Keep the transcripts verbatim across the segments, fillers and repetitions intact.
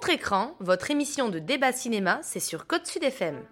Contre-écran, votre émission de débat cinéma, c'est sur Côte Sud F M.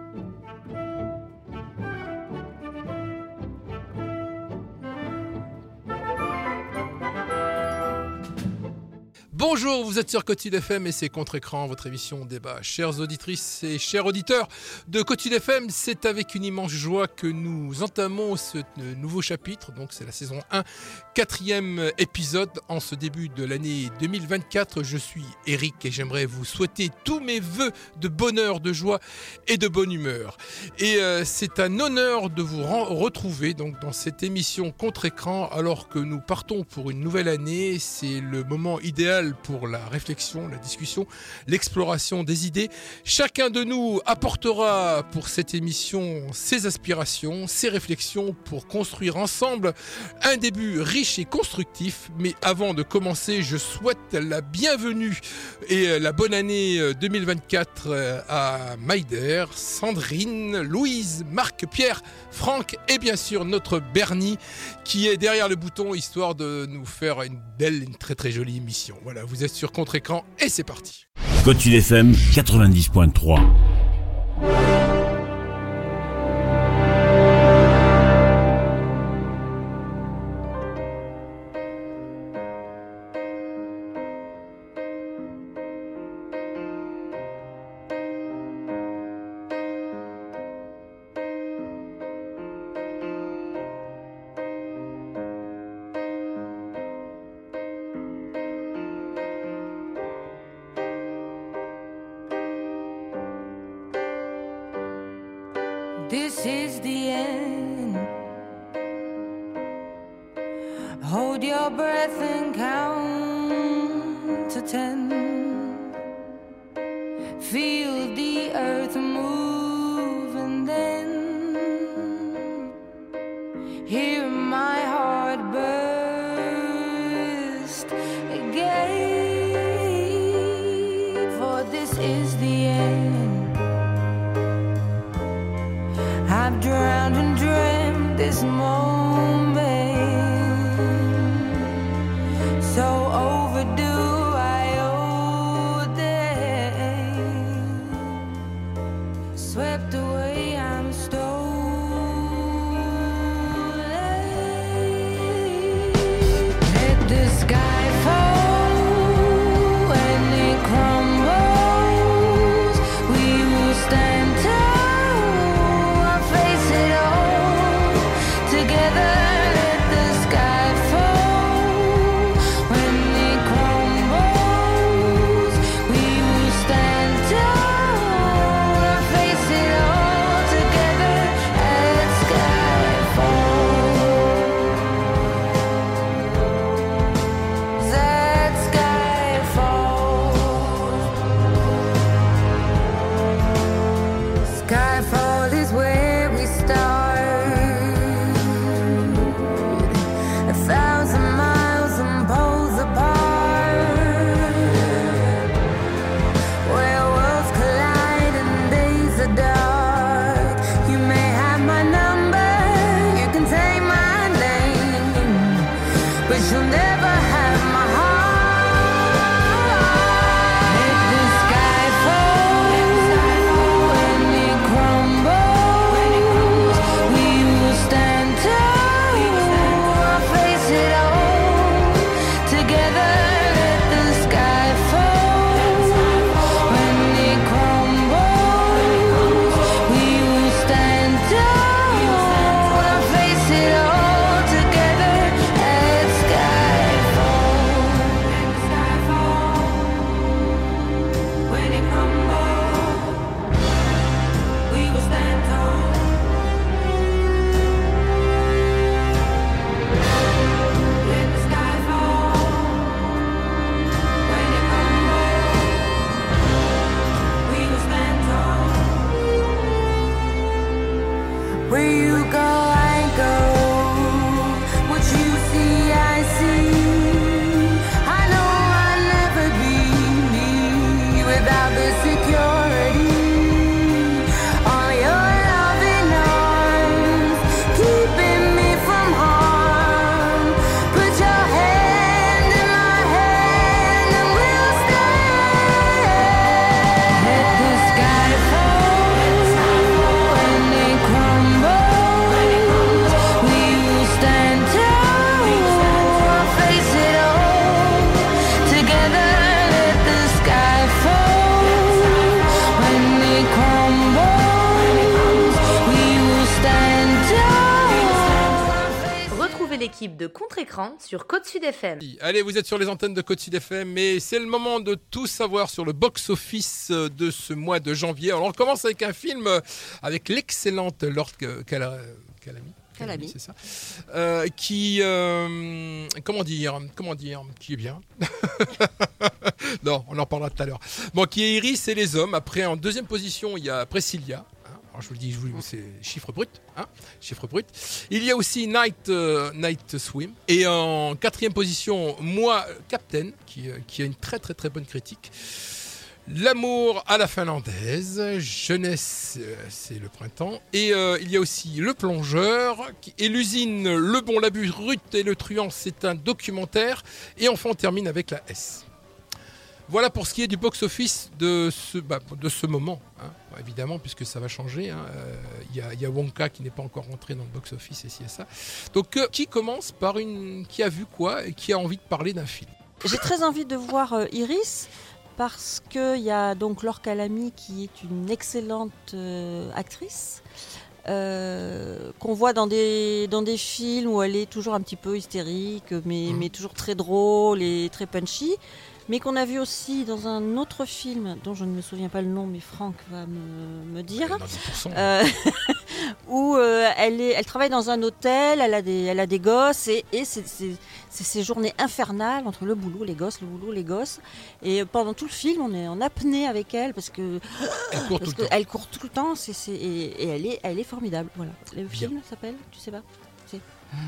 Bonjour, vous êtes sur Côte Sud F M et c'est Contre-écran, votre émission débat. Chères auditrices et chers auditeurs de Côte Sud F M, c'est avec une immense joie que nous entamons ce nouveau chapitre, donc c'est la saison un, quatrième épisode en ce début de l'année deux mille vingt-quatre. Je suis Eric et j'aimerais vous souhaiter tous mes vœux de bonheur, de joie et de bonne humeur. Et euh, c'est un honneur de vous re- retrouver donc dans cette émission Contre-écran alors que nous partons pour une nouvelle année. C'est le moment idéal pour la réflexion, la discussion, l'exploration des idées. Chacun de nous apportera pour cette émission ses aspirations, ses réflexions pour construire ensemble un début riche et constructif. Mais avant de commencer, je souhaite la bienvenue et la bonne année deux mille vingt-quatre à Maïder, Sandrine, Louise, Marc, Pierre, Franck et bien sûr notre Bernie qui est derrière le bouton histoire de nous faire une belle, une très très jolie émission. Voilà, vous êtes sur Contre-écran et c'est parti. Côte Sud F M quatre-vingt-dix point trois. This is the end. Hold your breath and count to ten. Feel the earth move and then hear my heart burst again. For this is the end. I've drowned and dreamt this moment, so overdue I owe them. Swept away, I'm stolen. Let the sky fall and it crumbles. We will stand tall. Together l'équipe de Contre-Écran sur Côte Sud F M. Allez, vous êtes sur les antennes de Côte Sud F M et c'est le moment de tout savoir sur le box-office de ce mois de janvier. Alors on commence avec un film avec l'excellente Lord Calamy. Calamy, c'est ça. Euh, qui, euh, comment dire, comment dire, qui est bien. Non, on en parlera tout à l'heure. Bon, qui est Iris et les hommes. Après, en deuxième position, il y a Priscilla. Alors, je vous le dis, je vous, c'est chiffre brut, hein, chiffre brut. Il y a aussi Night, euh, Night Swim. Et en quatrième position, moi, Captain, qui, qui a une très très très bonne critique. L'amour à la finlandaise, jeunesse, c'est le printemps. Et euh, il y a aussi Le Plongeur qui, et l'usine Le Bon, la Brute et le Truand, c'est un documentaire. Et enfin, on termine avec la S. Voilà pour ce qui est du box-office de ce, bah, de ce moment, hein, évidemment, puisque ça va changer. Hein. Euh, y a, y a Wonka qui n'est pas encore rentré dans le box-office et ci et ça. Donc, euh, qui commence par une... Qui a vu quoi et qui a envie de parler d'un film ? J'ai très envie de voir euh, Iris. Parce qu'il y a donc Laure Calamy qui est une excellente euh, actrice, euh, qu'on voit dans des, dans des films où elle est toujours un petit peu hystérique, mais, mmh. mais toujours très drôle et très punchy. Mais qu'on a vu aussi dans un autre film, dont je ne me souviens pas le nom, mais Franck va me, me dire, euh, où euh, elle, est, elle travaille dans un hôtel, elle a des, elle a des gosses, et, et c'est, c'est, c'est ces journées infernales entre le boulot, les gosses, le boulot, les gosses. Et pendant tout le film, on est en apnée avec elle, parce que elle court parce tout le temps. Elle court tout le temps, c'est, c'est, et, et elle, est, elle est formidable. Voilà. Le Bien. film s'appelle, tu sais pas c'est...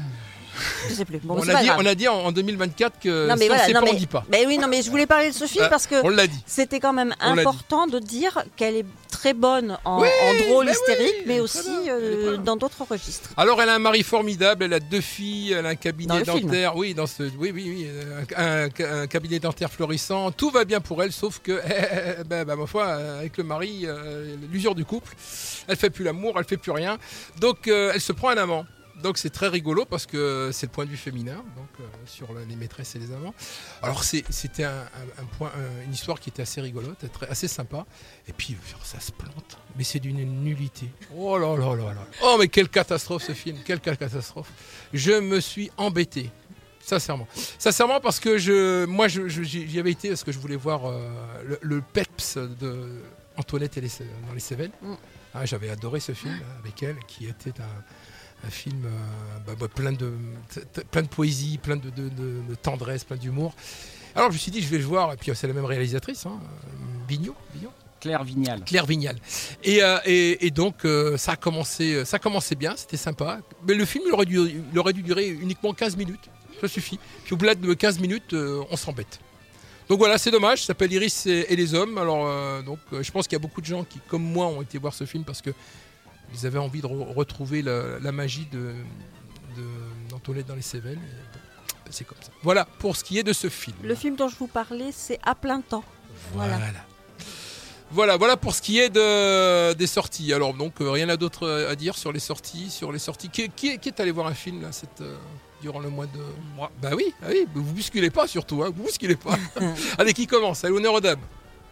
Je sais plus. Bon, on, c'est a pas dit, grave. on a dit en deux mille vingt-quatre que non, mais si voilà, on sait non, pas, mais, on dit pas. Mais oui, non, mais je voulais parler de ce film parce que on l'a dit. C'était quand même On important de dire qu'elle est très bonne en, oui, en drôle mais hystérique, oui, mais aussi euh, dans d'autres registres. Alors, elle a un mari formidable, elle a deux filles, elle a un cabinet dans dentaire. Oui, dans ce, oui, oui, oui, un, un, un cabinet dentaire florissant. Tout va bien pour elle, sauf que, ben, ben, ma foi, avec le mari, euh, l'usure du couple, elle fait plus l'amour, elle fait plus rien. Donc, euh, elle se prend un amant. Donc c'est très rigolo parce que c'est le point de vue féminin, donc euh, sur les maîtresses et les amants. Alors c'est, c'était un, un, un point, un, une histoire qui était assez rigolote, très, assez sympa. Et puis ça se plante, mais c'est d'une nullité. Oh là là là là. Oh mais quelle catastrophe ce film, quelle catastrophe. Je me suis embêté. Sincèrement. Sincèrement parce que je, moi je, je, j'y avais été parce que je voulais voir euh, le, le Peps de Antoinette et les, dans les Cévennes. Mm. Ah, j'avais adoré ce film avec elle qui était un... Un film euh, bah, bah, plein, de, t- t- plein de poésie, plein de, de, de, de tendresse, plein d'humour. Alors je me suis dit, je vais le voir, et puis c'est la même réalisatrice, hein, Vigneault, Vigneault Claire Vignal. Claire Vignal. Et, euh, et, et donc euh, ça, a commencé, ça a commencé bien, c'était sympa. Mais le film, il aurait dû, il aurait dû durer uniquement quinze minutes, ça suffit. Puis au bout de quinze minutes, euh, on s'embête. Donc voilà, c'est dommage, ça s'appelle Iris et, et les hommes. Alors euh, donc, euh, je pense qu'il y a beaucoup de gens qui, comme moi, ont été voir ce film parce que ils avaient envie de re- retrouver la, la magie de, de, d'Antoinette dans les Cévennes. Bon, c'est comme ça. Voilà pour ce qui est de ce film. Le film dont je vous parlais, c'est À plein temps. Voilà. Voilà, voilà, voilà pour ce qui est de, des sorties. Alors donc, euh, rien à d'autre à dire sur les sorties. Sur les sorties. Qui, qui, qui est allé voir un film là, cette, euh, durant le mois de... Moi. Bah oui, ah oui, vous bousculez pas surtout. Hein, vous bousculez pas. Allez, qui commence ? Allez, honneur aux dames.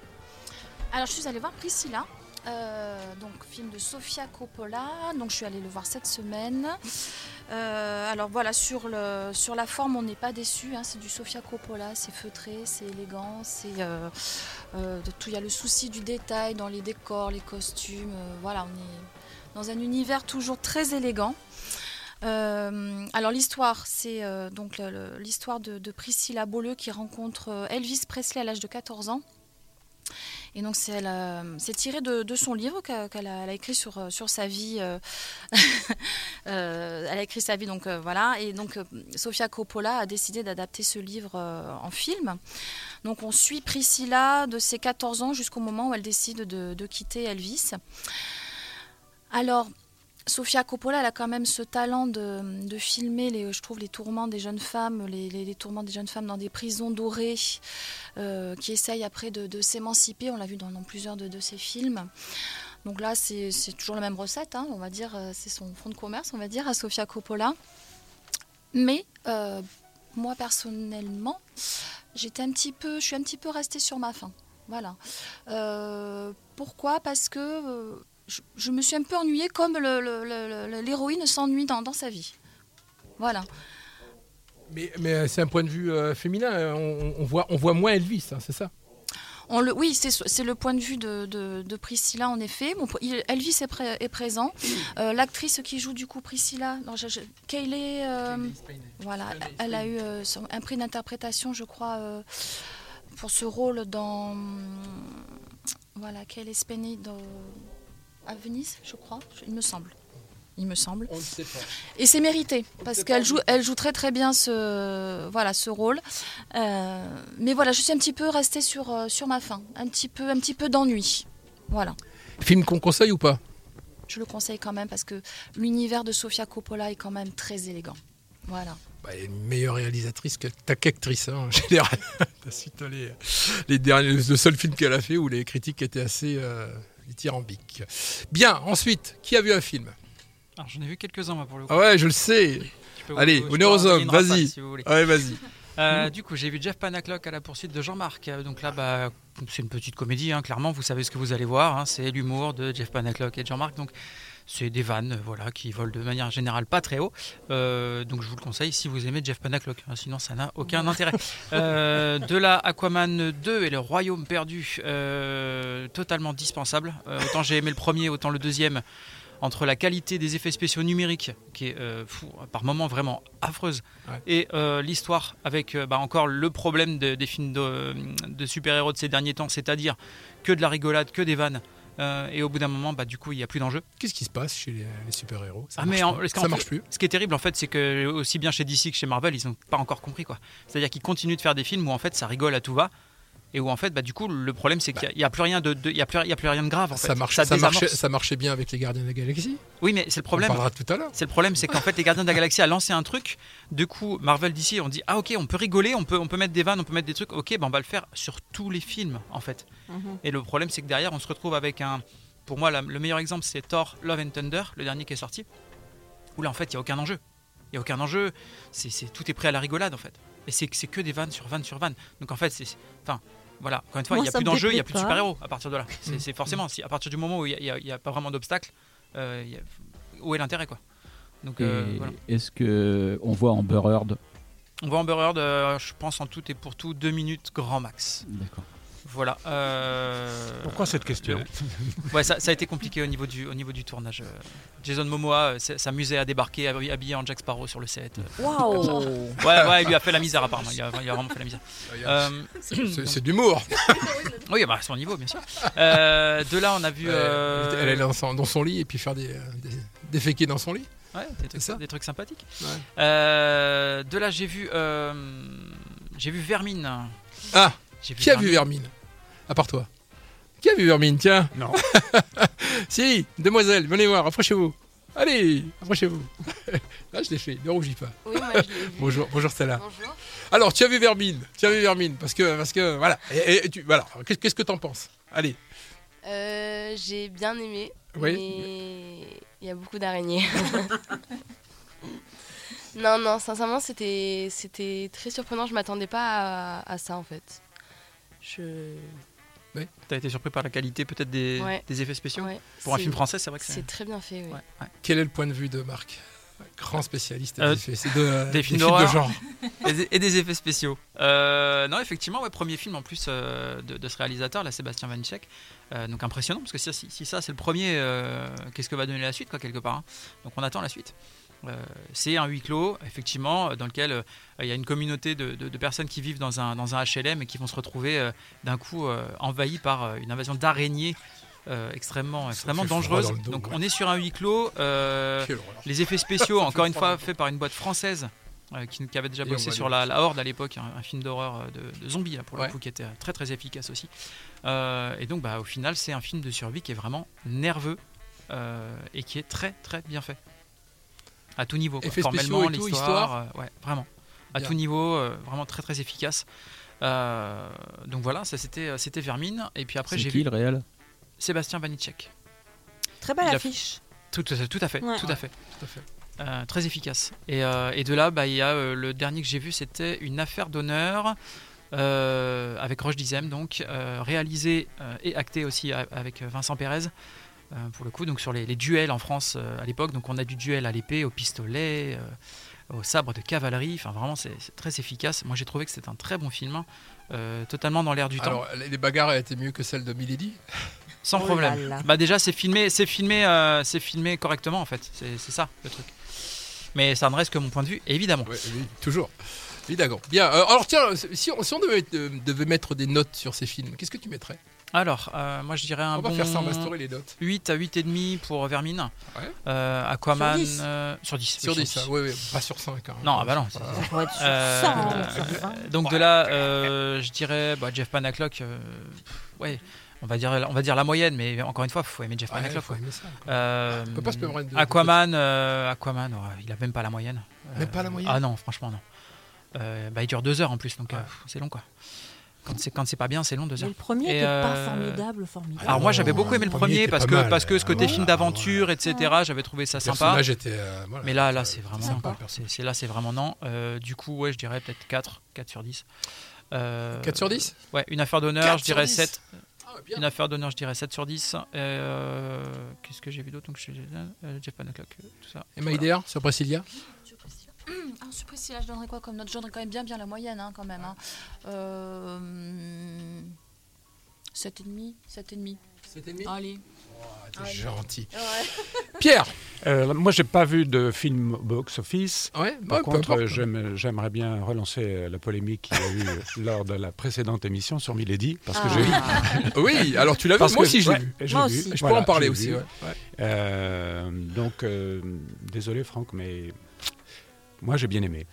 Alors, je suis allée voir Priscilla. Euh, donc film de Sofia Coppola, donc je suis allée le voir cette semaine. Euh, alors voilà, sur, le, sur la forme on n'est pas déçu, hein, c'est du Sofia Coppola, c'est feutré, c'est élégant, c'est euh, euh, de tout. Il y a le souci du détail dans les décors, les costumes. Euh, voilà, on est dans un univers toujours très élégant. Euh, alors l'histoire, c'est euh, donc le, le, l'histoire de, de Priscilla Beaulieu qui rencontre Elvis Presley à l'âge de quatorze ans. Et donc c'est, elle, euh, c'est tiré de, de son livre qu'elle, qu'elle a, elle a écrit sur, sur sa vie. Euh, euh, elle a écrit sa vie, donc euh, voilà. Et donc euh, Sofia Coppola a décidé d'adapter ce livre euh, en film. Donc on suit Priscilla de ses quatorze ans jusqu'au moment où elle décide de, de quitter Elvis. Alors Sofia Coppola, elle a quand même ce talent de, de filmer, les, je trouve, les tourments des jeunes femmes, les, les, les tourments des jeunes femmes dans des prisons dorées, euh, qui essayent après de, de s'émanciper. On l'a vu dans, dans plusieurs de, de ses films. Donc là, c'est, c'est toujours la même recette, hein, on va dire, c'est son fonds de commerce, on va dire, à Sofia Coppola. Mais euh, moi, personnellement, j'étais un petit peu, je suis un petit peu restée sur ma faim. Voilà. Euh, pourquoi ? Parce que... Euh, Je, je me suis un peu ennuyée comme le, le, le, le, l'héroïne s'ennuie dans, dans sa vie. Voilà. Mais, mais c'est un point de vue euh, féminin. On, on, voit, on voit moins Elvis, hein, c'est ça? On le, oui, c'est, c'est le point de vue de, de, de Priscilla, en effet. Bon, il, Elvis est, pré, est présent. Euh, l'actrice qui joue du coup Priscilla, non, je, je, Kayleigh, euh, voilà, elle a eu euh, son, un prix d'interprétation, je crois, euh, pour ce rôle dans... Voilà, Kayleigh Spinney dans, à Venise, je crois, il me semble. Il me semble. On ne sait pas. Et c'est mérité, parce qu'elle joue, elle joue très très bien ce, voilà, ce rôle. Euh, mais voilà, je suis un petit peu restée sur, sur ma faim, un petit peu, un petit peu d'ennui. Voilà. Film qu'on conseille ou pas? Je le conseille quand même, parce que l'univers de Sofia Coppola est quand même très élégant. Voilà. Bah, elle est une meilleure réalisatrice que ta qu'actrice, hein, en général. Suite les, les derniers, le seul film qu'elle a fait où les critiques étaient assez euh, dithyrambiques. Bien, ensuite, qui a vu un film? Alors, j'en ai vu quelques-uns, moi, pour le coup. Ah ouais, je le sais. Je Allez, vous, honneur aux hommes, vas-y. Rafale, si vous voulez. Ouais, vas-y. Euh, du coup, j'ai vu Jeff Panaclock à la poursuite de Jean-Marc. Donc là, bah, c'est une petite comédie, hein, clairement, vous savez ce que vous allez voir. Hein, c'est l'humour de Jeff Panaclock et de Jean-Marc. Donc, c'est des vannes voilà, qui volent de manière générale pas très haut. Euh, donc, je vous le conseille si vous aimez Jeff Panaclock. Hein, sinon, ça n'a aucun intérêt. Euh, de là, Aquaman deux et le Royaume perdu, euh, totalement dispensable. Euh, autant j'ai aimé le premier, autant le deuxième. Entre la qualité des effets spéciaux numériques, qui est euh, fou, par moments vraiment affreuse, ouais. et euh, l'histoire, avec euh, bah, encore le problème de, des films de, de super-héros de ces derniers temps, c'est-à-dire que de la rigolade, que des vannes, euh, et au bout d'un moment, bah, du coup, il n'y a plus d'enjeu. Qu'est-ce qui se passe chez les, les super-héros? Ça ah, marche, mais en, pas. Ça en marche plus. Ce qui est terrible, en fait, c'est que aussi bien chez D C que chez Marvel, ils n'ont pas encore compris, quoi. C'est-à-dire qu'ils continuent de faire des films où en fait, ça rigole à tout va. Et où en fait, bah, du coup, le problème c'est qu'il n'y a, a plus rien de, de, y a plus, y a plus rien de grave. En fait. Ça, marche, ça, ça, marchait, ça marchait bien avec les Gardiens de la Galaxie. Oui, mais c'est le problème. On parlera tout à l'heure. C'est le problème, c'est qu'en fait, les Gardiens de la Galaxie a lancé un truc. Du coup, Marvel D C, on dit ah ok, on peut rigoler, on peut, on peut mettre des vannes, on peut mettre des trucs. Ok, bah, on va le faire sur tous les films en fait. Mm-hmm. Et le problème, c'est que derrière, on se retrouve avec un. Pour moi, la, le meilleur exemple, c'est Thor: Love and Thunder, le dernier qui est sorti. Où là, en fait, il y a aucun enjeu. Il y a aucun enjeu. C'est, c'est tout est prêt à la rigolade en fait. Et c'est, c'est que des vannes sur vannes sur vannes. Donc en fait, c'est, enfin. Voilà, encore une fois, il n'y a plus d'enjeu, il n'y a plus de super-héros à partir de là. C'est, c'est forcément, si, à partir du moment où il n'y a, a, a pas vraiment d'obstacle, euh, y a, où est l'intérêt quoi. Donc, euh, voilà. Est-ce qu'on voit Amber Heard? On voit Amber Heard, euh, je pense en tout et pour tout, deux minutes grand max. D'accord. Voilà. Euh... Pourquoi cette question? Ouais, ça, ça a été compliqué au niveau du, au niveau du tournage. Jason Momoa s'amusait à débarquer habillé en Jack Sparrow sur le set. Waouh! Ouais, ouais, il lui a fait la misère apparemment. Il a, il a vraiment fait la misère. Euh... C'est, c'est d'humour. Oui, bah, à son niveau, bien sûr. Euh, de là, on a vu. Euh... Elle est dans son, dans son lit et puis faire des, des déféquer dans son lit. Ouais, des trucs, ça des trucs sympathiques. Ouais. Euh, de là, j'ai vu, euh, j'ai vu Vermine. Ah. J'ai vu Qui a Vermine. vu Vermine? À part toi. Qui a vu Vermine? Tiens. Non. Si, demoiselle, venez voir, approchez-vous. Allez, approchez-vous. Là, je l'ai fait, ne rougis pas. Oui, moi je l'ai vu. Bonjour, bonjour Stella. Bonjour. Alors, tu as vu Vermine? Tu as vu Vermine parce que, parce que, voilà. Et, et tu, voilà. Qu'est-ce, qu'est-ce que t'en penses? Allez. Euh, j'ai bien aimé. Oui. Mais il y a beaucoup d'araignées. non, non, sincèrement, c'était, c'était très surprenant. Je m'attendais pas à, à ça en fait. Je. Oui. T'as été surpris par la qualité peut-être des, ouais. des effets spéciaux ouais. Pour c'est, un film français, c'est vrai que c'est... C'est très bien fait, oui. Ouais, ouais. Quel est le point de vue de Marc? Grand spécialiste euh, des, effets, de, euh, des, des films, films de genre. et, des, et des effets spéciaux. Euh, non, effectivement, ouais, premier film en plus euh, de, de ce réalisateur, là, Sébastien Vanitschek. Euh, donc impressionnant, parce que si, si ça c'est le premier, euh, qu'est-ce que va donner la suite, quoi, quelque part. Hein. Donc on attend la suite. Euh, c'est un huis clos, effectivement, dans lequel euh, il y a une communauté de, de, de personnes qui vivent dans un, dans un H L M et qui vont se retrouver euh, d'un coup euh, envahies par euh, une invasion d'araignées euh, extrêmement, extrêmement dangereuse. Dos, Donc ouais. On est sur un huis clos. Euh, les effets spéciaux, encore une fois, faits par une boîte française euh, qui, qui avait déjà et bossé sur la, la Horde à l'époque, un, un film d'horreur de, de zombies, là, pour ouais. le coup, qui était très très efficace aussi. Euh, et donc, bah, au final, c'est un film de survie qui est vraiment nerveux euh, et qui est très très bien fait. À tout niveau, quoi. Formellement, l'histoire, histoire. Euh, ouais, vraiment. À Bien. tout niveau, euh, vraiment très très efficace. Euh, donc voilà, ça c'était c'était Vermine. Et puis après c'est j'ai qui vu le réel? Sébastien Vanitschek. Très belle affiche. Tout, tout, tout à fait, ouais. tout à fait, tout à fait. Euh, très efficace. Et, euh, et de là, bah il y a euh, le dernier que j'ai vu, c'était Une affaire d'honneur. Euh, avec Roche Dizem, donc euh, réalisé euh, et acté aussi avec Vincent Pérez. Euh, pour le coup, donc sur les, les duels en France euh, à l'époque, donc on a du duel à l'épée, au pistolet, euh, au sabre de cavalerie. Enfin, vraiment, c'est, c'est très efficace. Moi, j'ai trouvé que c'était un très bon film, euh, totalement dans l'air du Alors, temps. les bagarres étaient mieux que celles de Milady. Sans Oh problème. là là. Bah déjà, c'est filmé, c'est filmé, euh, c'est filmé correctement en fait. C'est, c'est ça le truc. Mais ça ne reste que mon point de vue, évidemment. Ouais, oui, toujours. Évidemment. Bien. Euh, alors tiens, si on, si on devait, euh, devait mettre des notes sur ces films, qu'est-ce que tu mettrais? Alors, euh, moi je dirais un On va bon faire ça en mastery les notes. huit à huit virgule cinq pour Vermine. Ouais. Euh, Aquaman Sur dix. euh, sur dix. Sur oui, dix, oui, oui, pas sur cinq. Hein. Non, ah bah non. Voilà. Ça pourrait être sur Euh, cent, sur vingt. donc de là, euh, je dirais bah, Jeff Panaclock. Euh, ouais, on va dire, on va dire la moyenne, mais encore une fois, faut aimer Jeff Ouais, Panaclock. faut quoi. aimer ça, quoi. Euh, On peut pas se permettre de- Aquaman, euh, Aquaman, ouais, il a même pas la moyenne. Même pas la moyenne. Ah non, franchement non. Euh, bah, il dure deux heures en plus, donc Ouais. euh, c'est long quoi. Quand c'est quand c'est pas bien, c'est long deux Mais heures. le premier Et, n'était pas euh, formidable, formidable. Alors moi j'avais Oh, beaucoup aimé le le premier premier était parce pas que mal. parce que ce côté Ah, film ouais. d'aventure, et cetera. J'avais trouvé ça Le sympa. personnage était. euh, voilà. Mais là là c'est vraiment non. sympa. C'est, c'est là c'est vraiment non. Euh, du coup ouais je dirais peut-être quatre, quatre sur dix. Euh, quatre sur dix. Ouais, une affaire d'honneur, quatre je dirais sur dix. sept. Ah, bien. Une affaire d'honneur, je dirais sept sur dix. Euh, qu'est-ce que j'ai vu d'autre donc je, euh, Jeff Panaclock, euh, tout ça. Et Maïder sur Priscilla. Ah, sur Priscilla, je donnerais quoi comme note? Je donnerais quand même bien, bien la moyenne, hein, quand même. Hein. Euh, sept virgule cinq, sept virgule sept et demi. cinq. Allez. T'es Ouais. gentil. Ouais. Pierre. Euh, moi, j'ai pas vu de film box-office. Ouais. Par ouais, peu contre, importe. euh, j'aime- j'aimerais bien relancer euh, la polémique qu'il y a eu euh, lors de la précédente émission sur Milady, parce que j'ai vu. Oui. Alors tu l'as vu. Parce Moi que- aussi je l'ai ouais, vu. j'ai Moi vu, aussi. Je peux voilà, en parler j'ai aussi. vu. Ouais. Ouais. Euh, donc, euh, désolé Franck, mais moi j'ai bien aimé.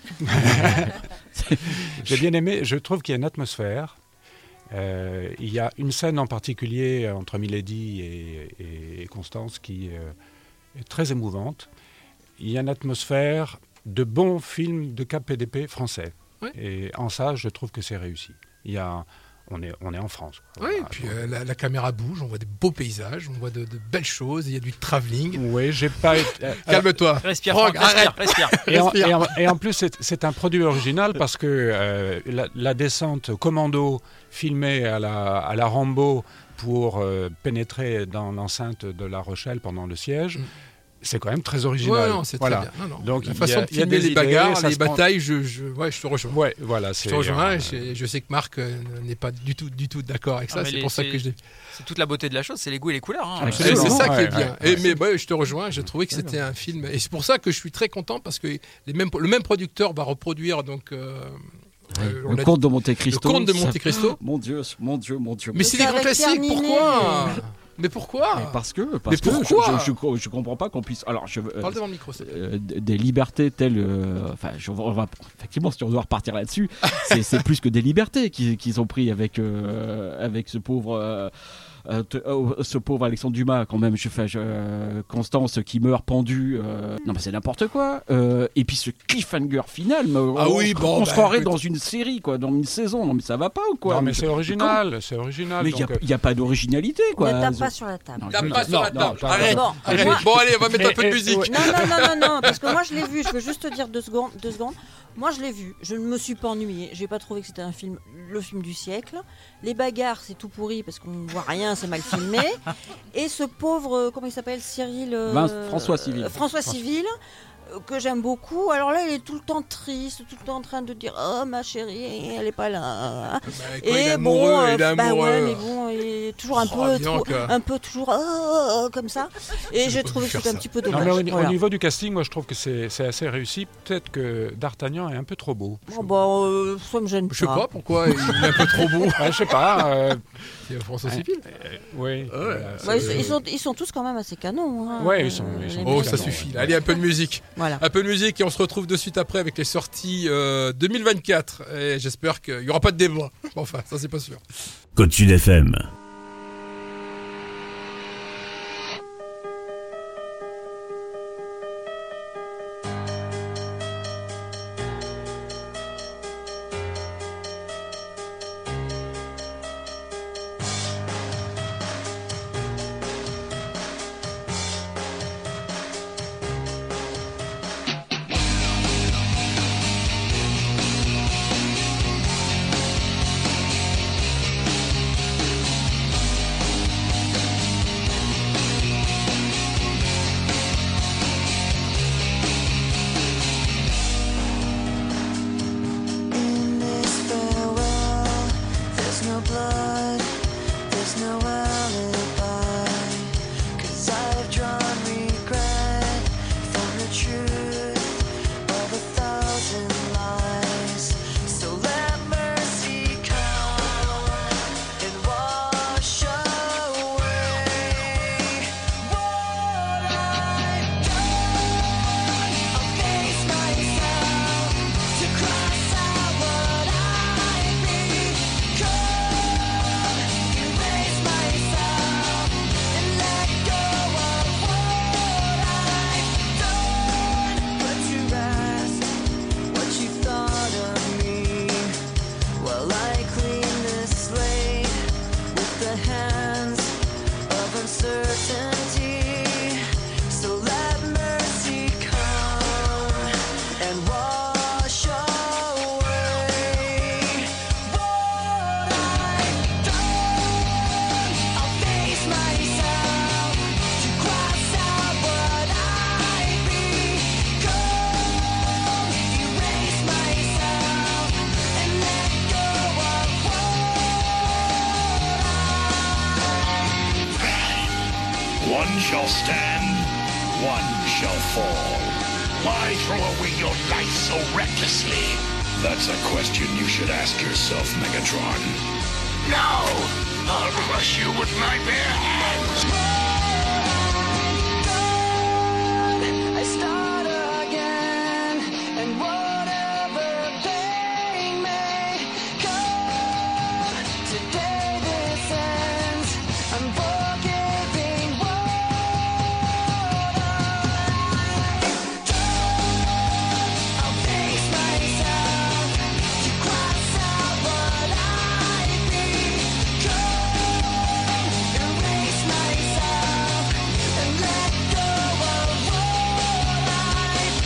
J'ai bien aimé, je trouve qu'il y a une atmosphère. Euh, il y a une scène en particulier entre Milady et, et- et Constance qui euh, est très émouvante. Il y a une atmosphère de bons films de K P D P français. Oui. Et en ça, je trouve que c'est réussi. Il y a, on, est, on est en France. quoi. Oui, et Voilà. puis euh, la, la caméra bouge, on voit des beaux paysages, on voit de, de belles choses, il y a du travelling. Oui, j'ai pas été. euh, Calme-toi. Respire, Franck, Franck, respire, arrête. respire. Et en, Respire. et en- et en plus, c'est, c'est un produit original parce que euh, la, la descente commando filmée à la, à la Rambo pour euh, pénétrer dans l'enceinte de La Rochelle pendant le siège, Mm. c'est quand même très original. Ouais, non, c'est voilà. très bien. Non, non. Donc, la il y façon a- de il y a filmer des les idées, bagarres, ça les se prend- batailles, je, je, ouais, je te rejoins. Ouais, voilà. Je C'est, te rejoins, euh, et je, je sais que Marc euh, n'est pas du tout, du tout d'accord avec Ah, ça, mais c'est les- pour ça c'est- que je l'ai. C'est toute la beauté de la chose, c'est les goûts et les couleurs. Hein. Et Absolument. c'est ça qui est Ouais, bien. ouais, Et, ouais. mais ouais, je te rejoins, j'ai trouvé que c'était un film. Et c'est pour ça que je suis très content parce que les mêmes, le même producteur va reproduire donc. euh, euh, on Le l'a conte de dit, Monte le Cristo. conte de ça- Monte Cristo. Mon Dieu, mon Dieu, mon Dieu. Mais c'est des C'est grands avec classiques, Pierre pourquoi Ninet. Mais pourquoi Mais parce que, parce Mais que pourquoi je, je, je, je comprends pas qu'on puisse. Alors, je, euh, Parle devant le micro, s'il te plaît. euh, d- des libertés telles, euh, enfin, je- on va effectivement, si on doit repartir là-dessus, c'est, c'est plus que des libertés qu'ils, qu'ils ont pris avec euh, avec ce pauvre. euh, euh, te- euh, ce pauvre Alexandre Dumas quand même je fais je- euh, Constance qui meurt pendue euh, non mais c'est n'importe quoi euh, et puis ce cliffhanger final mais Ah on, oui, on bon, se bah, croirait écoute. dans une série quoi, dans une saison, non mais ça va pas ou quoi non, mais je- c'est original. C'est original. mais il donc, euh, n'y a, pas d'originalité quoi. Ne tape pas sur la table. Non, Tape je- pas sur la non, table. non, Arrête. Bon, Arrête. moi- Bon, allez, on va mettre un peu de Et- et- musique. ouais. Non, non, non, non, non, parce que moi je l'ai vu, je veux juste te dire deux secondes. Deux secondes. Moi je l'ai vu, je ne me suis pas ennuyée, j'ai pas trouvé que c'était un film, le film du siècle. Les bagarres c'est tout pourri parce qu'on ne voit rien, c'est mal filmé. Et ce pauvre, euh, comment il s'appelle, Cyril euh, Vince- François Civil. euh, François Civil, euh, que j'aime beaucoup. Alors là il est tout le temps triste, tout le temps en train de dire oh ma chérie, elle est pas là. Bah, quoi, il Et est amoureux, bon, il est euh, bah amoureux. ouais, mais bon, il est toujours un Oh, peu, dis donc, trop- euh. un peu toujours oh, oh, oh, comme ça. Et Je j'ai peux trouvé plus que faire c'était un ça. petit peu Non, dommage. mais au, au Voilà. niveau du casting, moi je trouve que c'est, c'est assez réussi. Peut-être que D'Artagnan est un peu trop beau. Bon, bah, euh, ça me gêne pas. Je sais pas pourquoi, il est un peu trop beau. Ouais, je sais pas. euh, C'est François Ouais. Civil. oui. Ah ouais. voilà, Ouais, c'est- ils, sont- ils sont, ils sont tous quand même assez canons. Hein, Ouais, ils sont- ils sont les tous Oh, mecs. ça canons, suffit. ouais. Allez, un peu de musique. Voilà. Un peu de musique et on se retrouve de suite après avec les sorties euh, deux mille vingt-quatre. Et j'espère qu'il n'y aura pas de débat. Enfin, ça, c'est pas sûr. Côte Sud F M. Thank One shall stand, one shall fall. Why throw away your life so recklessly? That's a question you should ask yourself, Megatron. Now, I'll crush you with my bare hands. I start again, and whatever pain may come, today this ends. I'm forgiving what I've done. I'll face myself to cross out what I've become, erase myself and let go of what I've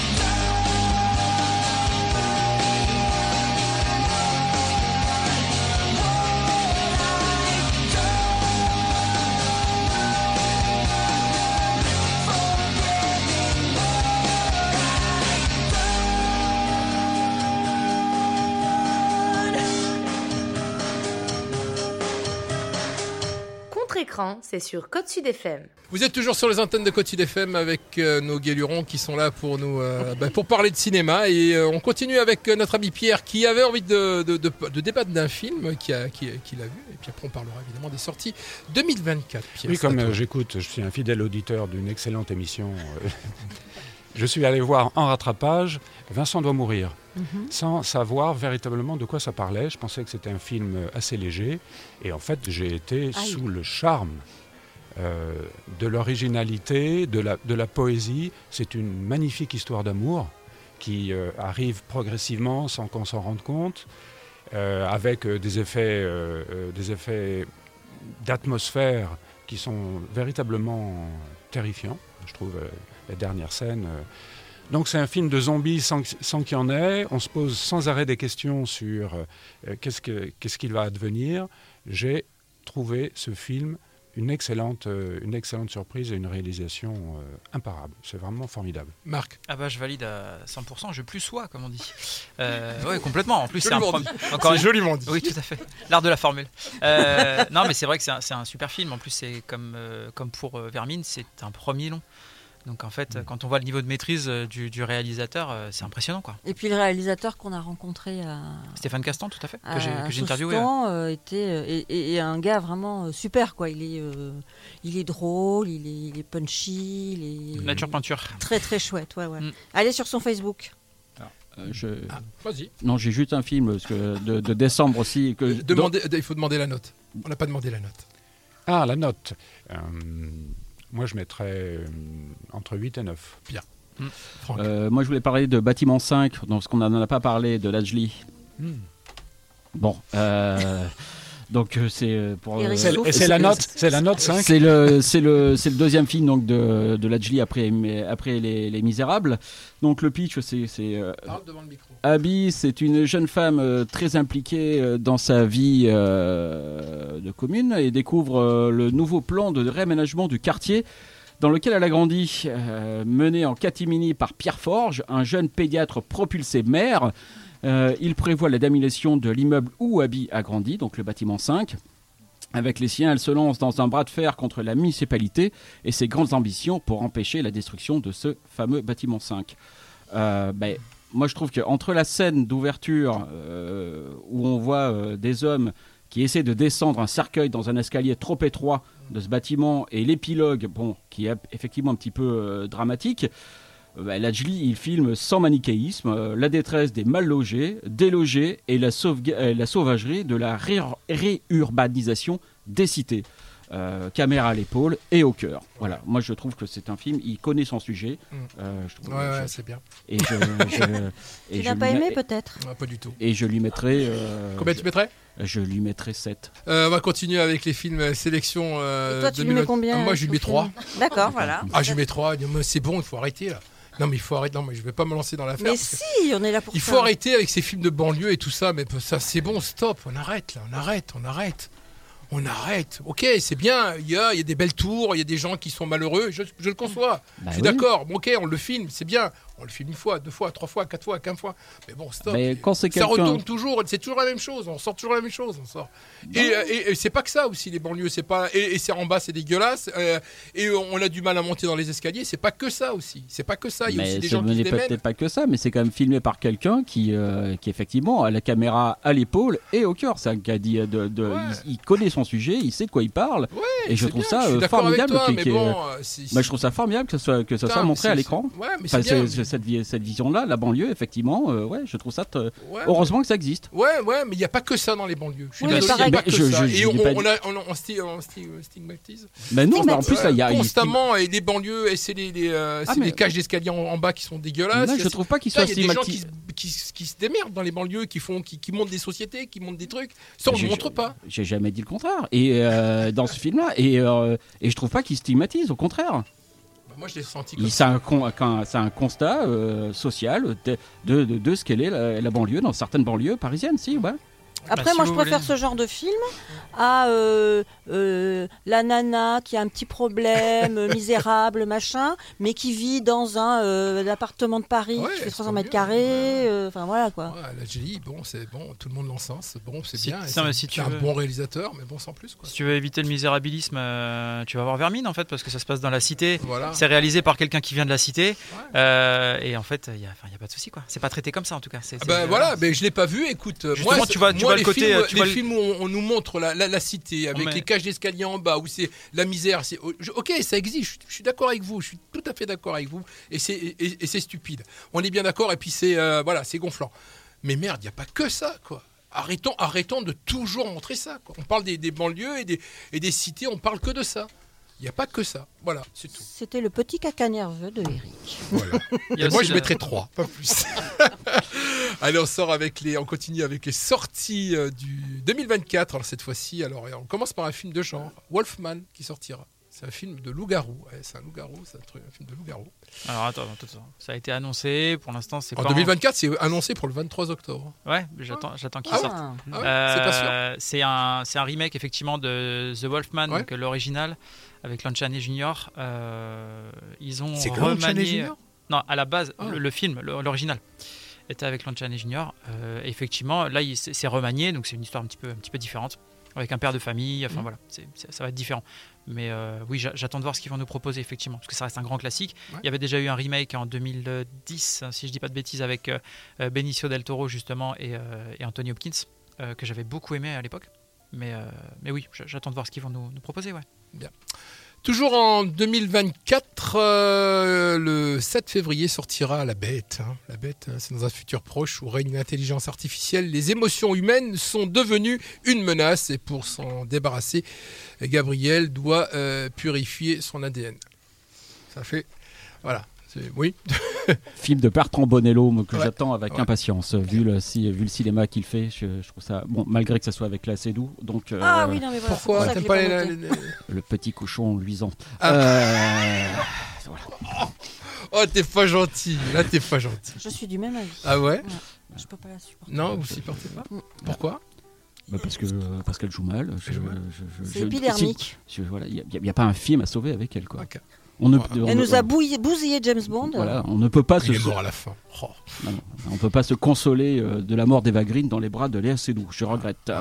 Contre-écran, c'est sur Côte Sud F M. Vous êtes toujours sur les antennes de Côte Sud F M avec euh, nos guélurons qui sont là pour nous euh, bah, pour parler de cinéma et euh, on continue avec euh, notre ami Pierre qui avait envie de, de, de, de débattre d'un film qu'il a, qui, qu'il a vu et puis après on parlera évidemment des sorties deux mille vingt-quatre. Pierre, oui, comme euh, j'écoute, je suis un fidèle auditeur d'une excellente émission. euh, je suis allé voir en rattrapage Vincent doit mourir, mm-hmm. sans savoir véritablement de quoi ça parlait. Je pensais que c'était un film assez léger et en fait j'ai été Aïe. sous le charme euh, de l'originalité, de la, de la poésie. C'est une magnifique histoire d'amour qui euh, arrive progressivement sans qu'on s'en rende compte, euh, avec euh, des effets, euh, euh, des effets d'atmosphère qui sont véritablement terrifiants, je trouve. Euh, la dernière scène. Donc c'est un film de zombies sans, sans qu'il y en ait. On se pose sans arrêt des questions sur euh, qu'est-ce, que, qu'est-ce qu'il va advenir. J'ai trouvé ce film une excellente, euh, une excellente surprise et une réalisation euh, imparable. C'est vraiment formidable. Marc. Ah bah je valide à cent pour cent, je plus sois comme on dit. Euh, oui complètement, en plus c'est un prom- encore c'est une... joliment dit. Oui tout à fait, l'art de la formule. Euh, non mais c'est vrai que c'est un, c'est un super film, en plus c'est comme, euh, comme pour euh, Vermine, c'est un premier long. Donc en fait, quand on voit le niveau de maîtrise du, du réalisateur, c'est impressionnant, quoi. Et puis le réalisateur qu'on a rencontré à Stéphane Castan, tout à fait, à, que j'ai, que j'ai interviewé. Euh, était et, et un gars vraiment super, quoi. Il est, euh, il est drôle, il est, il est punchy, il est nature peinture. Très très chouette, ouais, ouais. Mm. Allez sur son Facebook. Euh, je... ah, vas-y. Non, j'ai juste un film parce que de, de décembre aussi. Que Demandez, dont... Il faut demander la note. On n'a pas demandé la note. Ah, la note. Euh... Moi, je mettrais euh, entre huit et neuf. Bien. Mmh. Euh, moi, je voulais parler de Bâtiment cinq, parce qu'on n'en a pas parlé, de Lajli. Mmh. Bon. Euh, donc, c'est pour... Euh, c'est, et c'est, la note, c'est la note cinq. C'est le, c'est le, c'est le deuxième film donc, de, de Lajli après, après les, les Misérables. Donc, le pitch, c'est... c'est euh, Parle devant le micro. Abby, c'est une jeune femme euh, très impliquée euh, dans sa vie euh, de commune et découvre euh, le nouveau plan de réaménagement du quartier dans lequel elle a grandi, euh, mené en catimini par Pierre Forge, un jeune pédiatre propulsé maire. Euh, il prévoit la démolition de l'immeuble où Abby a grandi, donc le bâtiment cinq. Avec les siens, elle se lance dans un bras de fer contre la municipalité et ses grandes ambitions pour empêcher la destruction de ce fameux bâtiment cinq. Euh, ben, Moi, je trouve qu'entre la scène d'ouverture euh, où on voit euh, des hommes qui essaient de descendre un cercueil dans un escalier trop étroit de ce bâtiment et l'épilogue, bon, qui est effectivement un petit peu euh, dramatique, euh, bah, Lajli, il filme sans manichéisme euh, la détresse des mal logés, délogés et la, sauvega- euh, la sauvagerie de la ré- réurbanisation des cités. Euh, caméra à l'épaule et au cœur. Voilà, moi je trouve que c'est un film, il connaît son sujet. Mmh. Euh, je trouve, ouais, je, ouais, c'est bien. Et je, je, et tu n'as pas aimé peut-être ouais, pas du tout. Et je lui mettrais. Euh, Combien je, tu mettrais Je lui mettrais sept. Euh, on va continuer avec les films sélection. Euh, et toi, tu lui mets combien ah, moi, je lui mets trois. D'accord, voilà. Ah, je lui mets trois. C'est bon, il faut arrêter là. Non, mais il faut arrêter. Non, mais je vais pas me lancer dans l'affaire. Mais si, on est là pour il ça. Il faut arrêter avec ces films de banlieue et tout ça. Mais ça, c'est bon, stop. On arrête là. On arrête. On arrête. On arrête. Ok, c'est bien. Il y a, il y a des belles tours. Il y a des gens qui sont malheureux. Je, je le conçois. Bah je suis oui. d'accord. Bon, ok, on le filme. C'est bien. On le filme une fois, deux fois, trois fois, quatre fois, quinze fois. Mais bon, stop. Mais quand c'est ça quelqu'un- retourne toujours, c'est toujours la même chose. On sort toujours la même chose. On sort. Et, et, et c'est pas que ça aussi, les banlieues. C'est pas, et, et c'est en bas, c'est dégueulasse. Euh, et on a du mal à monter dans les escaliers. C'est pas que ça aussi. C'est pas que ça. Il y a Mais aussi des ce gens qui se n'est démènent. peut-être pas que ça, mais c'est quand même filmé par quelqu'un qui, euh, qui effectivement a la caméra à l'épaule et au cœur. C'est un gars dit, de, de, Ouais. il, il connaît son sujet, il sait de quoi il parle. Ouais, et je c'est trouve bien, ça je suis euh, d'accord avec formidable. toi, qu'il- mais qu'il- bon, euh, c'est- bah, je trouve ça formidable que ça soit, que ça Putain, soit mais montré c'est- à l'écran. c'est- ouais, mais c'est Enfin, bien. c'est- cette, vi- cette vision-là, la banlieue, effectivement, euh, ouais, je trouve ça. t- Ouais. Heureusement que ça existe. Ouais, ouais, mais il n'y a pas que ça dans les banlieues. Je suis Oui, désolé, pareil. il n'y a pas Mais que je- ça. je- je Et on, dis pas- on, a, on, on sti- on sti- stigmatise. Mais non, mais en plus, là, il y a. il- constamment, et les banlieues, et c'est les, les, euh, Ah, c'est mais- les cages d'escalier en, en bas qui sont dégueulasses. Non, Il y a- je trouve pas qu'ils Putain, soient Il y a des gens stigmatis- qui, se- qui, se- qui se démerdent dans les banlieues, qui, font, qui, qui montent des sociétés, qui montent des trucs. Ça, on ne J'ai- montre pas. J'ai jamais dit le contraire. Et euh, dans ce film-là, et, euh, et je trouve pas qu'il stigmatise, au contraire. Bah, moi, je l'ai senti comme Il- ça. C'est un, con- qu'un- c'est un constat euh, social de, de, de- de ce qu'elle est la, la banlieue, dans certaines banlieues parisiennes, si, ouais. Après, Bah, si moi, vous je préfère voulez. ce genre de film à euh, euh, la nana qui a un petit problème, euh, misérable, machin, mais qui vit dans un euh, appartement de Paris Ouais, qui fait c'est trois pas cents mètres mieux, carrés. euh, Enfin, voilà quoi. Ouais, la Jolie, bon, c'est bon, tout le monde l'encense, bon, c'est Si- bien. et si- c'est mais si c'est tu un veux- bon réalisateur, mais bon, sans plus. Quoi. Si tu veux éviter le misérabilisme, euh, tu vas voir Vermine en fait, parce que ça se passe dans la cité. Voilà. C'est réalisé par quelqu'un qui vient de la cité. Euh, et en fait, il n'y a, enfin, y a pas de souci quoi. C'est pas traité comme ça en tout cas. C'est, Ah c'est- bah euh, voilà, mais je l'ai pas vu. Écoute, euh, Justement, moi, tu vois- tu moi, vois le les côté, films, euh, tu les vois le- films où on, on nous montre la, la, la cité avec Mais- les cages d'escalier en bas, où c'est la misère. C'est je- ok, ça existe. Je, je suis d'accord avec vous. Je suis tout à fait d'accord avec vous. Et c'est et, et c'est stupide. On est bien d'accord. Et puis c'est euh, voilà, c'est gonflant. Mais merde, il y a pas que ça, quoi. Arrêtons, arrêtons de toujours montrer ça. Quoi. On parle des, des banlieues et des, et des cités. On parle que de ça. Il n'y a pas que ça. Voilà, c'est tout. C'était le petit caca nerveux de Eric. Voilà. Il y a Et moi, aussi je la- mettrais trois, pas plus. Allez, on sort avec les, on continue avec les sorties euh, du deux mille vingt-quatre. Alors cette fois-ci, alors on commence par un film de genre, Wolfman, qui sortira. C'est un film de loup-garou. Ouais, c'est un loup-garou, c'est un, truc, un film de loup-garou. Alors attends, attends, attends. Ça a été annoncé. Pour l'instant, c'est En pas deux mille vingt-quatre, c'est annoncé pour le vingt-trois octobre. Ouais, j'attends, j'attends qu'il Ah sorte. Ah ouais, c'est pas sûr. Euh, c'est un, c'est un remake effectivement de The Wolfman, Ouais. donc l'original avec Lon Chaney Junior Euh, ils ont C'est que Lon Chaney remanié. Junior Non, à la base, Ah. le, le film, le- l'original, était avec Lon Chaney Junior Euh, effectivement, là, il, c'est, c'est remanié, donc c'est une histoire un petit peu, un petit peu différente, avec un père de famille. Enfin Mhm. voilà, c'est, c'est- ça va être différent. Mais euh, oui, j'a- j'attends de voir ce qu'ils vont nous proposer effectivement, parce que ça reste un grand classique. Ouais. Il y avait déjà eu un remake en deux mille dix, hein, si je dis pas de bêtises, avec euh, euh, Benicio del Toro justement et, euh, et Anthony Hopkins, euh, que j'avais beaucoup aimé à l'époque. Mais, euh, mais oui, j- j'attends de voir ce qu'ils vont nous, nous proposer. Ouais. Toujours en deux mille vingt-quatre, euh, le sept février sortira La Bête. hein. La Bête, hein, c'est dans un futur proche où règne l'intelligence artificielle. Les émotions humaines sont devenues une menace et pour s'en débarrasser, Gabriel doit euh, purifier son A D N. Ça fait... Voilà. C'est- Oui. Film de Bertrand Bonello que Ouais. j'attends avec Ouais. impatience, vu le, si, vu le cinéma qu'il fait. Je, je trouve ça bon, malgré que ça soit avec la Cédou. Donc euh, Ah oui, non, mais voilà. c'est pour Pourquoi ça que t'aimes je pas l'ai les... pas les- noté. les- le petit cochon luisant. Ah. Euh, voilà. Oh, t'es pas gentil. Là, t'es pas gentil. Je suis du même avis. Ah ouais Je peux pas la supporter. Non, vous supportez pas Mm. Pourquoi Bah, parce que parce qu'elle joue mal. Je- Elle joue mal. je- je- C'est je- épidermique. si- je- voilà, il n'y a, pas un film à sauver avec elle, quoi. Ok. On ne, Ouais. on Elle ne- nous a on- bouillé- bousillé James Bond. voilà, on ne peut pas se Il est mort à la fin. Oh. non, non, on peut pas se consoler euh, de la mort d'Eva Green dans les bras de Léa Seydoux. Je regrette.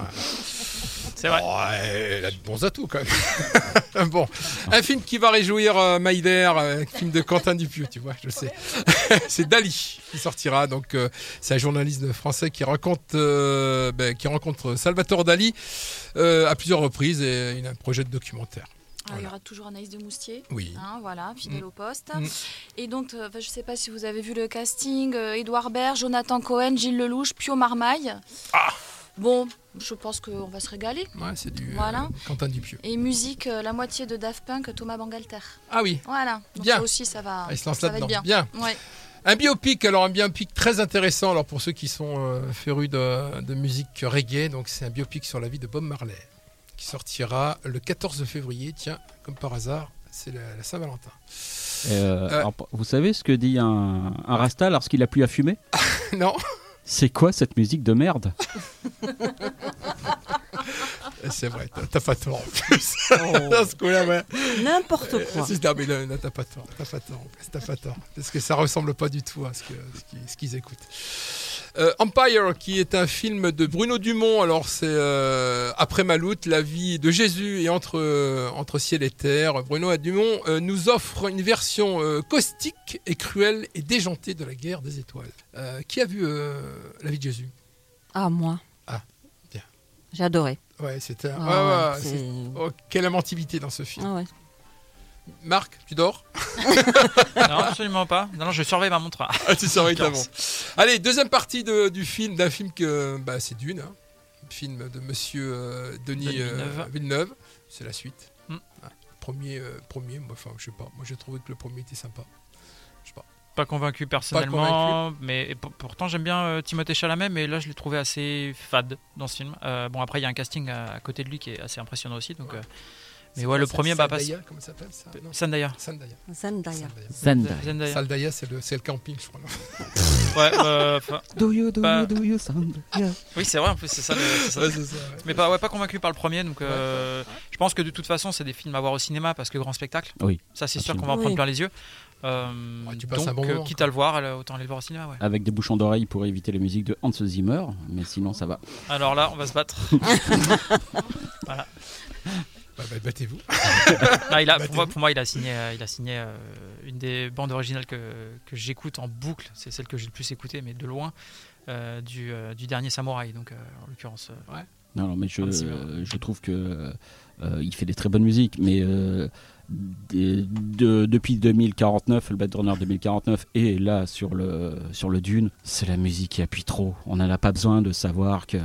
C'est vrai. Oh, elle a de bons atouts quand même. Bon, un film qui va réjouir euh, Maïder, euh, un film de Quentin Dupieux, tu vois, je sais. C'est Dali qui sortira. Donc, euh, c'est un journaliste français qui raconte, euh, ben, qui rencontre Salvatore Dali euh, à plusieurs reprises et il a un projet de documentaire. Ah, il y aura toujours Anaïs de Moustier, Oui. hein, voilà, fidèle Mm. au poste. Mm. Et donc, euh, je ne sais pas si vous avez vu le casting, euh, Édouard Baird, Jonathan Cohen, Gilles Lelouch, Pio Marmaille. Ah. Bon, je pense qu'on va se régaler. Ouais, c'est du euh, Voilà. Quentin Dupieux. Et musique, euh, la moitié de Daft Punk, Thomas Bangalter. Ah oui. Voilà, donc Bien. ça aussi, ça va, Ah, il se lance ça va être là-dedans. bien. Bien. Ouais. Un biopic, alors un biopic très intéressant. Alors pour ceux qui sont euh, férus de, de musique reggae, donc c'est un biopic sur la vie de Bob Marley qui sortira le quatorze février. Tiens, comme par hasard, c'est la, la Saint-Valentin. Euh, Euh. alors, vous savez ce que dit un, un Rasta lorsqu'il a plus à fumer? Non. C'est quoi cette musique de merde? C'est vrai, t'as, t'as pas tort en plus. Oh. Dans ce coup-là, ouais. N'importe quoi. Euh, non, mais là, là, t'as pas tort, t'as pas tort en plus, t'as pas tort. Parce que ça ressemble pas du tout à ce, que, ce, qu'ils, ce qu'ils écoutent. Euh, Empire, qui est un film de Bruno Dumont. Alors, c'est euh, après Maloute, la vie de Jésus et entre, euh, entre ciel et terre. Bruno Dumont euh, nous offre une version euh, caustique et cruelle et déjantée de la guerre des étoiles. Euh, qui a vu euh, la vie de Jésus ? Ah, moi. Ah, bien. J'ai adoré. Ouais, c'était. Ah, ouais, ouais, c'est... c'est... Oh, quelle inventivité dans ce film. Ah, ouais. Marc, tu dors ? Non, absolument pas. Non, non, je surveille ma montre. Ah, tu surveilles ta montre. Allez, deuxième partie de, du film, d'un film que. Bah, c'est Dune, hein. Film de monsieur euh, Denis Denis Villeneuve. Euh, Villeneuve. C'est la suite. Mm. Ah, premier, euh, premier, moi, enfin, je sais pas. Moi, j'ai trouvé que le premier était sympa. Je sais pas. Pas convaincu personnellement, pas convaincu. Mais pour, pourtant j'aime bien euh, Timothée Chalamet, mais là je l'ai trouvé assez fade dans ce film. Euh, bon, après il y a un casting à, à côté de lui qui est assez impressionnant aussi. Donc, ouais. euh, mais ouais, le premier bah passe. Zendaya, comment ça s'appelle ça ? Zendaya. Zendaya. Zendaya. Zendaya. Zendaya. Zendaya, c'est le, c'est le camping, je crois. Ouais. Euh, do you, do pas... you, do you, Zendaya. Oui, c'est vrai. En plus, c'est ça. Le, c'est ça. Ouais, c'est ça ouais. Mais pas, ouais, pas convaincu par le premier. Donc, euh, ouais. Je pense que de toute façon, c'est des films à voir au cinéma parce que grand spectacle. Oui. Ça, c'est absolument. sûr qu'on va en prendre oui. plein les yeux. Euh, ouais, tu passes donc, un bon moment, quitte quoi. à le voir, autant aller le voir au cinéma. Ouais. Avec des bouchons d'oreilles pour éviter les musiques de Hans Zimmer, mais sinon ça va. Alors là, on va se battre. Voilà. Bah, bah, battez-vous. Ah, il a, pour, moi, pour moi, il a signé, euh, il a signé euh, une des bandes originales que, que j'écoute en boucle. C'est celle que j'ai le plus écoutée, mais de loin, euh, du, euh, du dernier Samouraï. Donc, euh, en l'occurrence. Euh, ouais. Non, non, mais je, euh, je trouve que euh, il fait des très bonnes musiques, mais euh, de, de, depuis deux mille quarante-neuf, le Blade Runner deux mille quarante-neuf, et là sur le sur le Dune, c'est la musique qui appuie trop. On n'en a pas besoin de savoir que,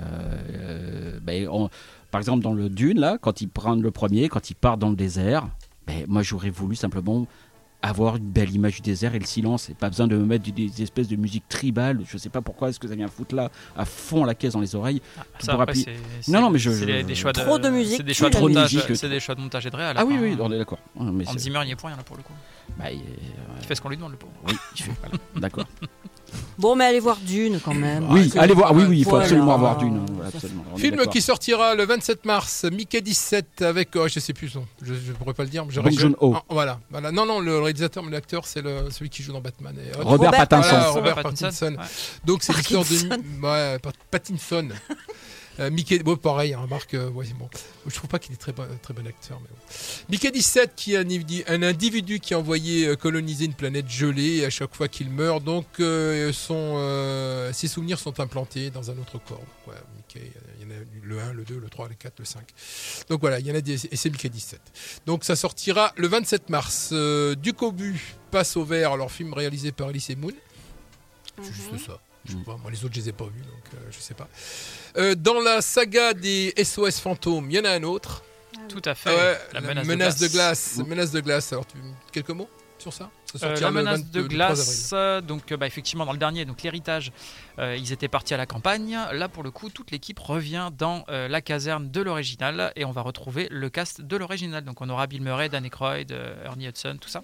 euh, ben, on, par exemple dans le Dune là, quand ils prennent le premier, quand ils partent dans le désert, ben, moi j'aurais voulu simplement avoir une belle image du désert et le silence, et pas besoin de me mettre des espèces de musique tribale. Je sais pas pourquoi est-ce que ça vient foutre là à fond la caisse dans les oreilles. Ah, ça, après, appuyer... c'est, non non mais je, c'est je... Des, des choix de, trop de musique, c'est des choix de montage, musique, c'est des choix de montage et de réal. Ah oui oui, on est d'accord. Ouais, mais Hans Zimmer, il y est pour rien là pour le coup. Bah, il, euh... il fait ce qu'on lui demande le pauvre. Oui, il fait. Voilà. D'accord. Bon, mais allez voir Dune quand même. Oui, c'est allez voir. Oui, oui, il faut voilà. absolument voir Dune. Voilà, absolument. Film qui sortira le vingt-sept mars, Mickey dix-sept avec, oh, je sais plus son, je, je pourrais pas le dire. Mais Bong Joon-ho. Ah, voilà, voilà. Non, non, le réalisateur, mais l'acteur, c'est le, celui qui joue dans Batman. Et, Robert, Robert Pattinson. Voilà, Robert, Robert Pattinson. Pattinson. Ouais. Donc c'est l'histoire de, ouais, Pattinson. Euh, Mickey, bon, pareil, hein, Marc, euh, ouais, bon. Je trouve pas qu'il est très bon, très bon acteur. Mais bon. Mickey dix-sept, qui est un individu, un individu qui est envoyé euh, coloniser une planète gelée, et à chaque fois qu'il meurt, donc euh, son, euh, ses souvenirs sont implantés dans un autre corps. Ouais, Mickey, il y en a le un, le deux, le trois, le quatre, le cinq. Donc voilà, il y en a des, et c'est Mickey dix-sept. Donc ça sortira le vingt-sept mars. Euh, du Cobu passe au vert, leur film réalisé par Elise Moon. C'est mm-hmm. juste ça. Je sais pas, moi les autres je les ai pas vus donc euh, je sais pas. Euh, dans la saga des S O S fantômes, il y en a un autre. Ah, oui. Tout à fait. Ouais, la, la menace, menace de glace. de glace. Mmh. Menace de glace. Alors tu, quelques mots sur ça, ça euh, La menace de glace. Donc bah, effectivement dans le dernier, donc l'héritage, euh, ils étaient partis à la campagne. Là pour le coup, toute l'équipe revient dans euh, la caserne de l'original et on va retrouver le cast de l'original. Donc on aura Bill Murray, Dan Aykroyd, euh, Ernie Hudson, tout ça.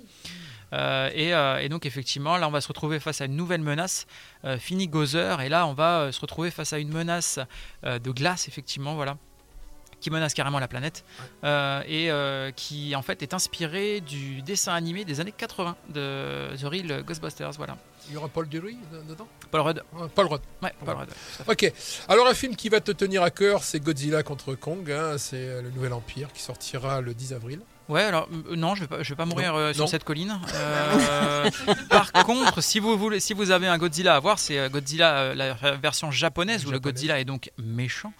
Euh, et, euh, et donc effectivement là on va se retrouver face à une nouvelle menace, euh, Finny Gozer, et là on va euh, se retrouver face à une menace euh, de glace effectivement, voilà, qui menace carrément la planète, euh, et euh, qui en fait est inspirée du dessin animé des années quatre-vingts de The Real Ghostbusters, voilà. Il y aura Paul Dewey dedans ? Paul Rudd. Ah, Paul Rudd. Ouais, Paul Rudd. Ok. Alors un film qui va te tenir à cœur, c'est Godzilla contre Kong. Hein, c'est le Nouvel Empire qui sortira le dix avril. Ouais, alors euh, non, je vais pas, je vais pas mourir euh, sur non. cette colline. Euh, par contre, si vous voulez, si vous avez un Godzilla à voir, c'est Godzilla euh, la version japonaise où le Godzilla est donc méchant.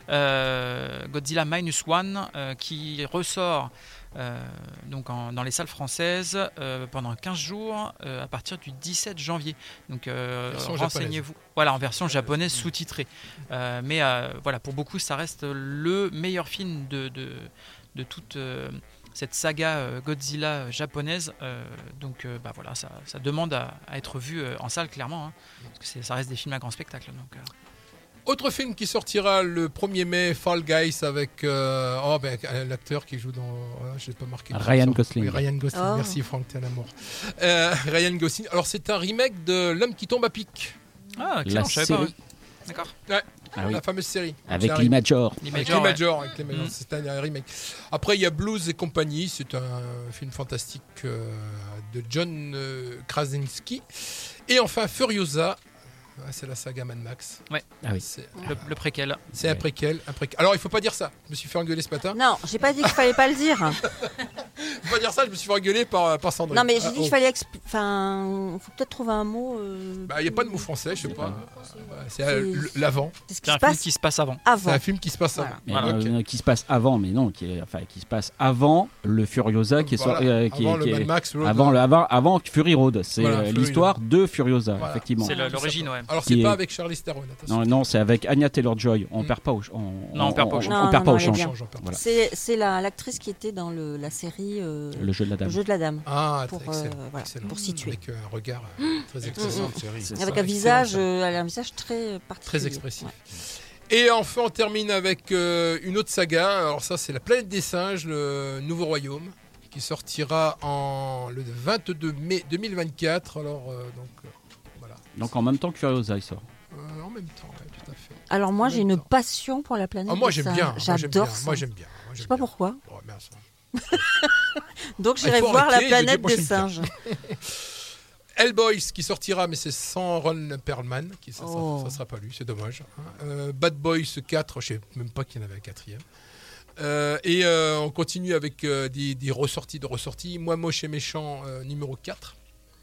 Euh, Godzilla Minus One euh, qui ressort euh, donc en, dans les salles françaises euh, pendant quinze jours euh, à partir du dix-sept janvier. Donc euh, renseignez-vous. Voilà, en version japonaise sous-titrée. Euh, mais euh, voilà, pour beaucoup, ça reste le meilleur film de de, de toute euh, cette saga euh, Godzilla japonaise, euh, donc euh, bah voilà, ça, ça demande à, à être vu euh, en salle clairement, hein, parce que c'est, ça reste des films à grand spectacle. Donc, euh. Autre film qui sortira le premier mai, Fall Guys, avec euh, oh, ben, l'acteur qui joue dans, oh, je l'ai pas marqué. Ryan Gosling. Oui, Ryan Gosling. Oh. Merci Franck, t'es un amour. Euh, Ryan Gosling. Alors c'est un remake de L'homme qui tombe à pic. Ah, excellent, la je savais série. pas. D'accord. Ouais, Ah oui. la fameuse série. Avec Qui Lee Major. Lee Avec Major, Lee ouais. Major, avec Lee Major, Mhm. c'est un remake. Après, il y a Blues et compagnie, c'est un film fantastique euh, de John euh, Krasinski. Et enfin, Furiosa, ouais, c'est la saga Mad Max. Ouais. Ah oui. C'est, Le, le préquel. c'est un préquel, un préquel. Alors, il faut pas dire ça. Je me suis fait engueuler ce matin. Non, j'ai pas dit qu'il fallait pas le dire. Il faut pas dire ça, je me suis fait engueuler par, par Sandrine. Non, mais j'ai Ah, dit oh. qu'il fallait. Expl... Enfin, faut peut-être trouver un mot. euh, Bah, il n'y a pas de mot français, je sais pas. Ouais, c'est C'est- euh, l- l'avant. C'est ce qui C'est un se film passe qui se passe avant. C'est avant. un film qui se passe avant. Voilà. Mais, Ok. euh, qui se passe avant, mais non, qui, est, enfin, qui se passe avant le Furiosa, qui est Voilà, sorti, euh, qui, avant est- le qui Mad est- Max Road. avant, le, avant, avant Fury Road. C'est Voilà, euh, Fury l'histoire Road. de Furiosa, Voilà. effectivement. C'est le- l'origine, ouais. Alors, c'est Qui pas est- avec Charlize Theron, attention. Non, non, c'est avec Anya Taylor-Joy. On Mm. perd pas au, on, Non, on perd pas au change. on Non, perd non, pas au non, elle est change. bien. Change, on perd pas. Voilà. C'est c'est la- l'actrice qui était dans le, la série euh, Le jeu de la dame. Le jeu de la dame. Ah, Pour, excellent, euh, voilà, excellent. pour situer. Avec un regard euh, très expressif. Série. C'est Avec ça, un visage, excellent, euh, elle a un visage très particulier. très expressif. Ouais. Et enfin, on termine avec euh, une autre saga. Alors ça, c'est La Planète des Singes, le Nouveau Royaume, qui sortira en le vingt-deux mai deux mille vingt-quatre. Alors euh, donc euh, voilà. Donc en même temps que Furiosa, il sort. Euh, en même temps, ouais, tout à fait. Alors moi, En j'ai même une temps. passion pour la planète. Ah, moi des j'aime singes. bien. Moi, j'aime J'adore bien. ça. Moi j'aime bien. Moi, Je j'aime sais pas bien. pourquoi. Oh, merde, ça. Donc Ah, il j'irai faut voir arrêter la de dire, planète moi, des j'aime bien. singes. Hellboy qui sortira, mais c'est sans Ron Perlman, qui ça, Oh. ça, ça sera pas lui, c'est dommage. hein. Euh, Bad Boys quatre, je sais même pas qu'il y en avait un quatrième. Euh, et euh, on continue avec euh, des, des ressorties de ressorties. Moi moche et méchant euh, numéro quatre,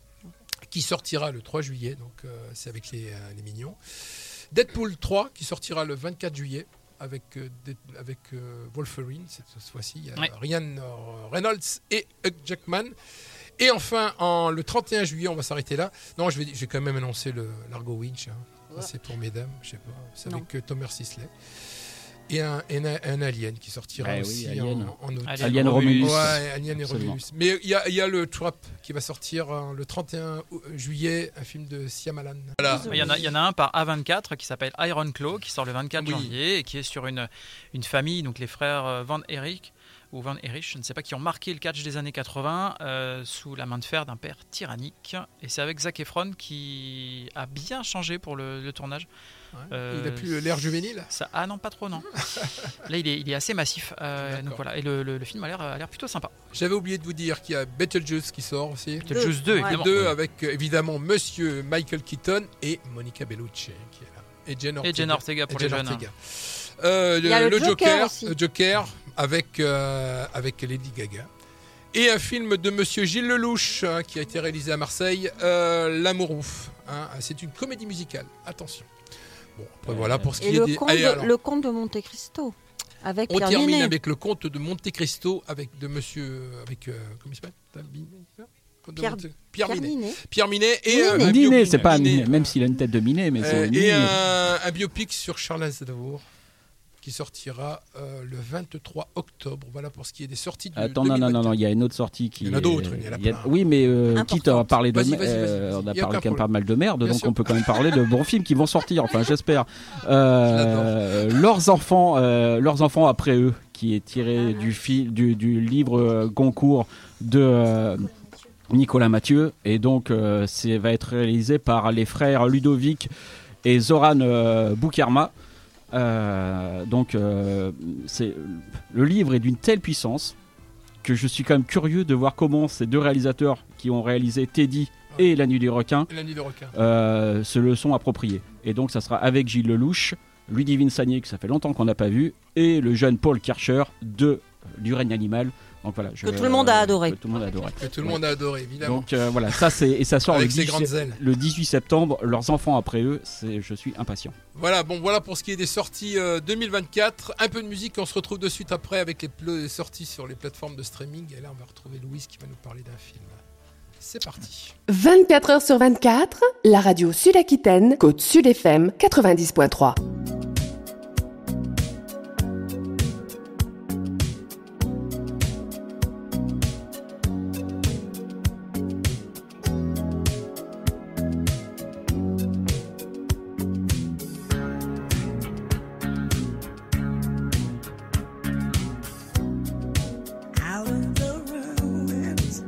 qui sortira le trois juillet, donc euh, c'est avec les, euh, les mignons. Deadpool trois qui sortira le vingt-quatre juillet avec, euh, Dead- avec euh, Wolverine cette, cette fois-ci. Il y a Ouais. Ryan euh, Reynolds et Hugh Jackman. Et enfin, en, le trente et un juillet, on va s'arrêter là. Non, je vais, je vais quand même annoncer le Largo Winch. hein. Ça, c'est pour mesdames, je sais pas. C'est Non. avec euh, Thomas Sisley. Et un, et un, un Alien qui sortira Ah oui, aussi Alien. en, en août. Alien Alien Romulus. Ouais, Alien et Absolument. Romulus. Mais il y a, il y a le Trap qui va sortir euh, le trente et un juillet, un film de Shyamalan. Voilà. Il y, en a, il y en a un par A vingt-quatre qui s'appelle Iron Claw qui sort le vingt-quatre Oui. janvier et qui est sur une, une famille, donc les frères euh, Van Erich ou Van Erich, je ne sais pas, qui ont marqué le catch des années quatre-vingts euh, sous la main de fer d'un père tyrannique. Et c'est avec Zac Efron qui a bien changé pour le, le tournage. Ouais. Euh, il a plus l'air juvénile. Ça, ah non, pas trop, non. Là, il est, il est assez massif. euh, D'accord. donc voilà, et le, le- le film a l'air, a l'air plutôt sympa. J'avais oublié de vous dire qu'il y a Beetlejuice qui sort aussi. Peut-être juste deux, Ouais. évidemment. Deux avec euh, évidemment Monsieur Michael Keaton et Monica Bellucci qui est là. Et Jen Ortega. Et Jenna Ortega pour Et les Jen jeunes. Ortega. Euh, Il y a le Joker Joker, aussi. le Joker avec, euh, avec Lady Gaga. Et un film de Monsieur Gilles Lelouch hein, qui a été réalisé à Marseille, euh, L'amour ouf. hein. C'est une comédie musicale. Attention. Bon, après voilà pour ce qui Et est le des. comte, Allez, de, alors, le comte de Monte Cristo avec on Pierre termine Ninet. avec le comte de Monte Cristo avec de Monsieur avec euh, comment il s'appelle Tabine- Comte de Pierre- Monte- Pierre Pierre Ninet. Ninet. Pierre Minet et Ninet. euh, un Ninet, biopic- c'est pas Ninet, Ninet, même s'il a une tête de Minet, mais Euh, c'est et Ninet. un, un biopic sur Charles Aznavour qui sortira euh, le vingt-trois octobre. Voilà pour ce qui est des sorties du Attends, non, non, non, non, il y a une autre sortie qui. Il y en a d'autres, est- il y en a il y a- plein. Oui, mais euh, Importante. quitte à parler de. Vas-y, vas-y, vas-y, euh, vas-y. on a Il y a parlé aucun quand même pas mal de merde, Bien donc sûr. on peut quand même parler de bons films qui vont sortir, enfin j'espère. Euh, leurs enfants, euh, leurs enfants après eux, qui est tiré du, fil, du, du livre euh, Goncourt de euh, Nicolas Mathieu, et donc euh, c'est va être réalisé par les frères Ludovic et Zoran euh, Boukerma. Euh, donc euh, c'est le livre est d'une telle puissance que je suis quand même curieux de voir comment ces deux réalisateurs qui ont réalisé Teddy et La Nuit des Requins La Nuit des Requins. euh, se le sont appropriés. Et donc ça sera avec Gilles Lelouch, Ludivine Sagné que ça fait longtemps qu'on n'a pas vu, et le jeune Paul Kircher de Du règne animal. Donc voilà, je, Que tout le monde a adoré. que tout le monde a adoré. Que tout le monde a adoré, évidemment. Donc euh, voilà, ça c'est et ça sort Avec le, ses dix-huit grandes ailes. le dix-huit septembre. Leurs enfants après eux, c'est je suis impatient. Voilà, bon, voilà pour ce qui est des sorties euh, deux mille vingt-quatre. Un peu de musique, on se retrouve de suite après avec les, pl- les sorties sur les plateformes de streaming. Et là, on va retrouver Louise qui va nous parler d'un film. C'est parti. vingt-quatre heures sur vingt-quatre, la radio Sud-Aquitaine, Côte Sud F M quatre-vingt-dix point trois. Out of the ruins,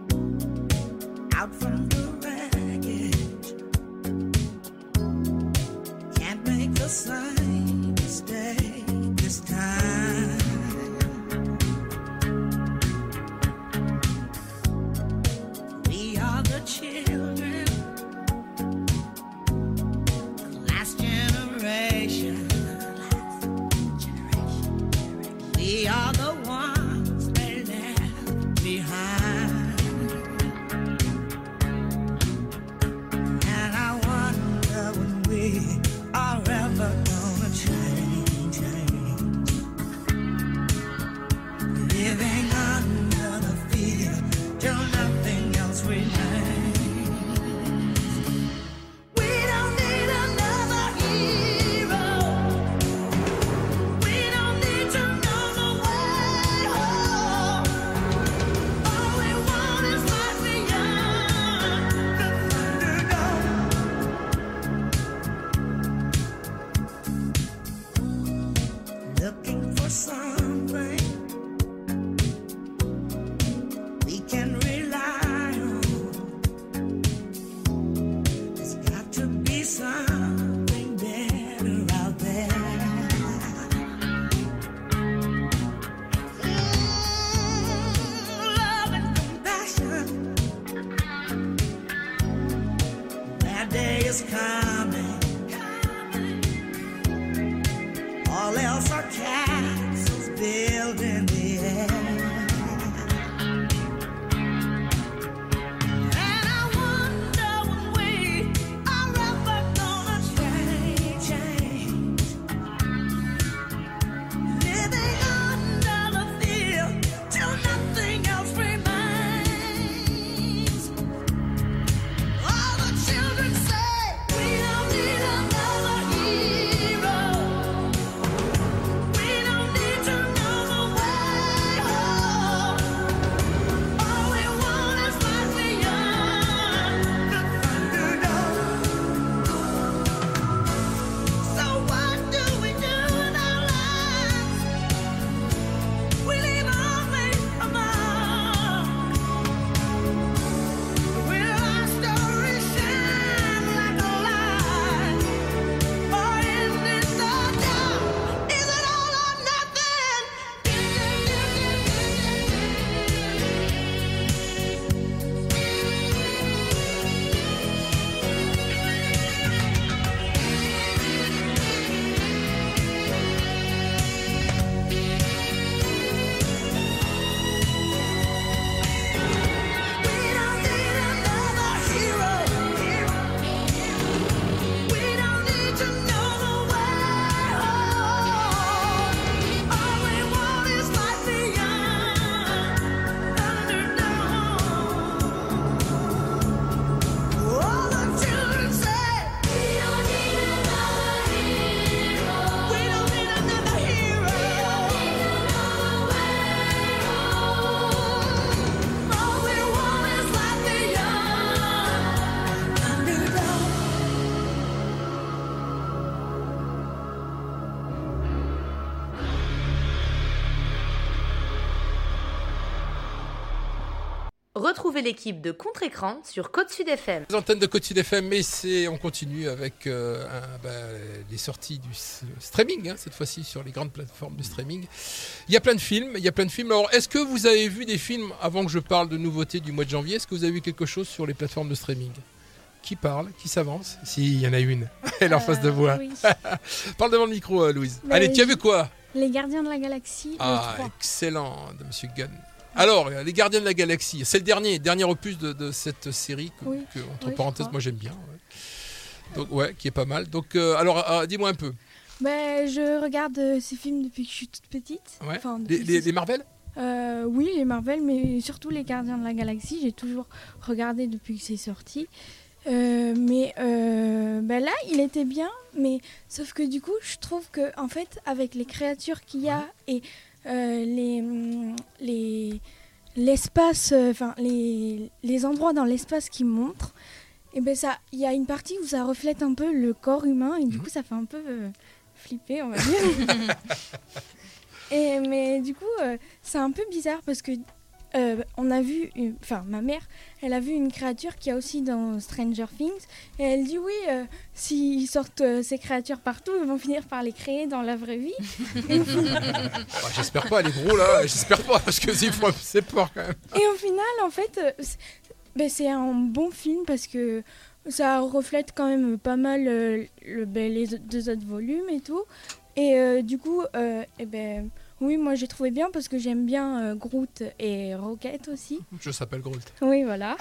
out from the wreckage, is coming. All else are castles built in the air. And I wonder when we are ever gonna change, change. Living under the fear till nothing else remains. All the children say we don't need another hero. We don't need to know the way home. All we want is life beyond the Thunderdome. So what do we do with our lives? We leave only a mark. Will our story shine like a light, or is it the dark? Is it all or nothing? We don't need another hero. We don't need to know the way home. All we want is life beyond Thunderdome. All the children say we don't need another hero. We don't need another hero. All we want is life beyond Thunderdome. Retrouvez l'équipe de Contre-Écran sur Côte Sud F M. Les antennes de Côte Sud F M, mais c'est, on continue avec euh, un, bah, les sorties du s- streaming, hein, cette fois-ci sur les grandes plateformes de streaming. Il y a plein de films, il y a plein de films. Alors, est-ce que vous avez vu des films, avant que je parle de nouveautés du mois de janvier, est-ce que vous avez vu quelque chose sur les plateformes de streaming ? Qui parle ? Qui s'avance ? Si, il y en a une. Elle est en face de moi. oui. Parle devant le micro, euh, Louise. Mais Allez, tu as je- vu quoi ? Les Gardiens de la Galaxie, le Ah, trois. excellent, de Monsieur Gunn. Alors, les Gardiens de la Galaxie, c'est le dernier, dernier opus de, de cette série que, Oui. que, entre Oui, je parenthèses, crois. moi j'aime bien. Ouais. Donc, ouais, qui est pas mal. Donc, euh, alors, euh, dis-moi un peu. Ben, je regarde euh, ces films depuis que je suis toute petite. Ouais. Enfin, Les, depuis les- six- les Marvel Euh, oui, les Marvel, mais surtout les Gardiens de la Galaxie. J'ai toujours regardé depuis que c'est sorti. Euh, mais euh, ben là, il était bien, mais sauf que du coup, je trouve que en fait, avec les créatures qu'il y a et euh, les hum, les l'espace, enfin les les endroits dans l'espace qui montrent, et ben ça, il y a une partie où ça reflète un peu le corps humain et du coup, ça fait un peu euh, flipper, on va dire. Et, mais du coup, euh, c'est un peu bizarre parce que euh, on a vu, une- enfin ma mère, elle a vu une créature qui a aussi dans Stranger Things et elle dit oui, euh, s'ils sortent euh, ces créatures partout, ils vont finir par les créer dans la vraie vie. Et au final- Bah, j'espère pas, les gros là, j'espère pas, parce que c'est faut- c'est peur quand même. Et au final, en fait, euh, c'est ben, c'est un bon film parce que ça reflète quand même pas mal euh, le, ben, les au- deux autres volumes et tout. Et euh, du coup, euh, eh ben, oui, moi j'ai trouvé bien parce que j'aime bien euh, Groot et Rocket aussi. Je s'appelle Groot. Oui, voilà.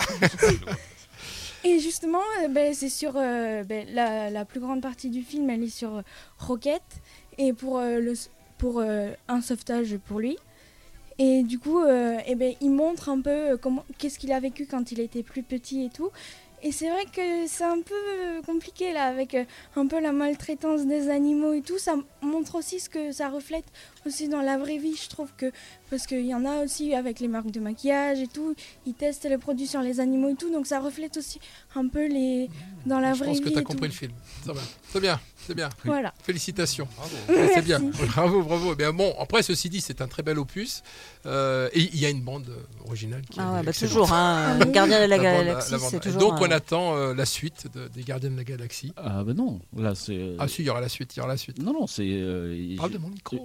Et justement, euh, ben, c'est sur euh, ben, la, la plus grande partie du film, elle est sur euh, Rocket et pour, euh, le, pour euh, un sauvetage pour lui. Et du coup, euh, eh ben, il montre un peu euh, comment, qu'est-ce qu'il a vécu quand il était plus petit et tout. Et c'est vrai que c'est un peu euh, compliqué là, avec euh, un peu la maltraitance des animaux et tout. Ça m- montre aussi ce que ça reflète aussi dans la vraie vie, je trouve que. Parce qu'il y en a aussi avec les marques de maquillage et tout. Ils testent les produits sur les animaux et tout. Donc ça reflète aussi un peu les. dans la Je vraie pense vie. que tu as et compris tout. le film. Ça va. C'est bien, c'est bien. Voilà. Félicitations. Bravo. Merci. C'est bien. Bravo, bravo. Eh bien, bon, après, ceci dit, c'est un très bel opus. Euh, et il y a une bande euh, originale qui Ah est ouais, bah excellente. toujours, hein, Gardien de la bande- Galaxie, la bande- c'est et toujours Donc, un- on attend euh, la suite de- des Gardiens de la Galaxie. Ah ben non, là c'est. Ah si, il y aura la suite, il y aura la suite. Non non, c'est. euh, Parle je- de mon micro. Je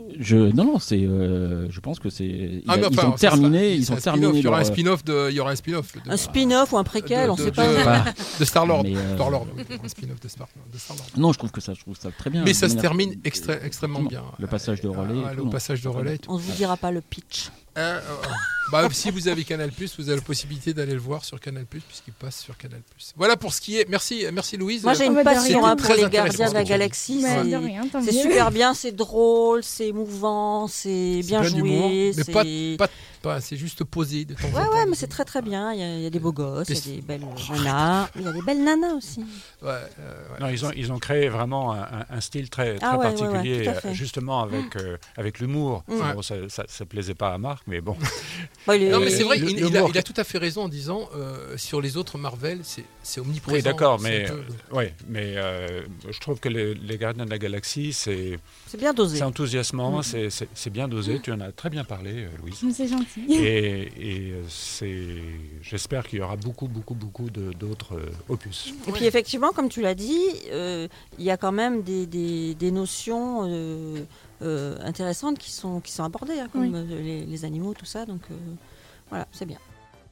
Euh, non, non, c'est. euh, je pense que c'est. Ils, Ah, mais ils enfin, ont ça sera- terminé. Ils c'est ont un spin-off. terminé. Il y aura un leur, euh, spin-off de. Il y aura un spin-off. de- Un spin-off ou un préquel, de- on de- sait de- pas. De Star-Lord. Mais, euh, Star-Lord. oui, Un spin-off de Star- de Star-Lord. Non, je trouve que ça, je trouve ça très bien. Mais ça De se manière- termine extré- extrêmement bien. Le passage de relais. et Ah, tout, le non. passage de relais. et tout. On ne vous dira pas le pitch. Hein, euh, bah, si vous avez Canal+, vous avez la possibilité d'aller le voir sur Canal+, puisqu'il passe sur Canal+. Voilà pour ce qui est. Merci, merci Louise. Moi j'ai On une va dire passion rien. hein, C'était pour très les gardiens intéressant de la ce que tu as dit. galaxie. Mais C'est- de rien, tant C'est mieux. super bien, c'est drôle, c'est émouvant, c'est C'est bien plein d'humour, joué. mais c'est- pas, pas, pas, c'est juste posé de temps en Ouais, temps. ouais, mais c'est très très bien. Il y a, il y a des beaux gosses, il y a Qu'est-ce- des belles nanas. Il y a des belles nanas aussi. Ouais, euh, ouais. Non, ils ont, ils ont créé vraiment un, un- un style très, très Ah ouais, ouais, particulier, ouais, tout à fait. euh, justement avec, euh, avec l'humour. Mm. Bon, ça, ça, ça plaisait pas à Marc, mais bon. Bon, il est- Non, mais c'est vrai, Le- il, le il a, humour- il a tout à fait raison en disant euh, sur les autres Marvel, c'est, c'est omniprésent. Oui, d'accord, c'est mais, un peu- euh, ouais, mais euh, je trouve que les, les Gardiens de la Galaxie, c'est, C'est bien dosé. c'est enthousiasmant, Mm. c'est, c'est, c'est bien dosé. Tu en as très bien parlé, euh, Louise. Mais c'est gentil. Et, et euh, c'est, j'espère qu'il y aura beaucoup, beaucoup, beaucoup de, d'autres euh, opus. Et puis effectivement, comme tu l'as dit, euh, il y a quand même des, des, des notions euh, euh, intéressantes qui sont, qui sont abordées, hein, comme Oui. euh, les, les animaux, tout ça. Donc euh, voilà, c'est bien.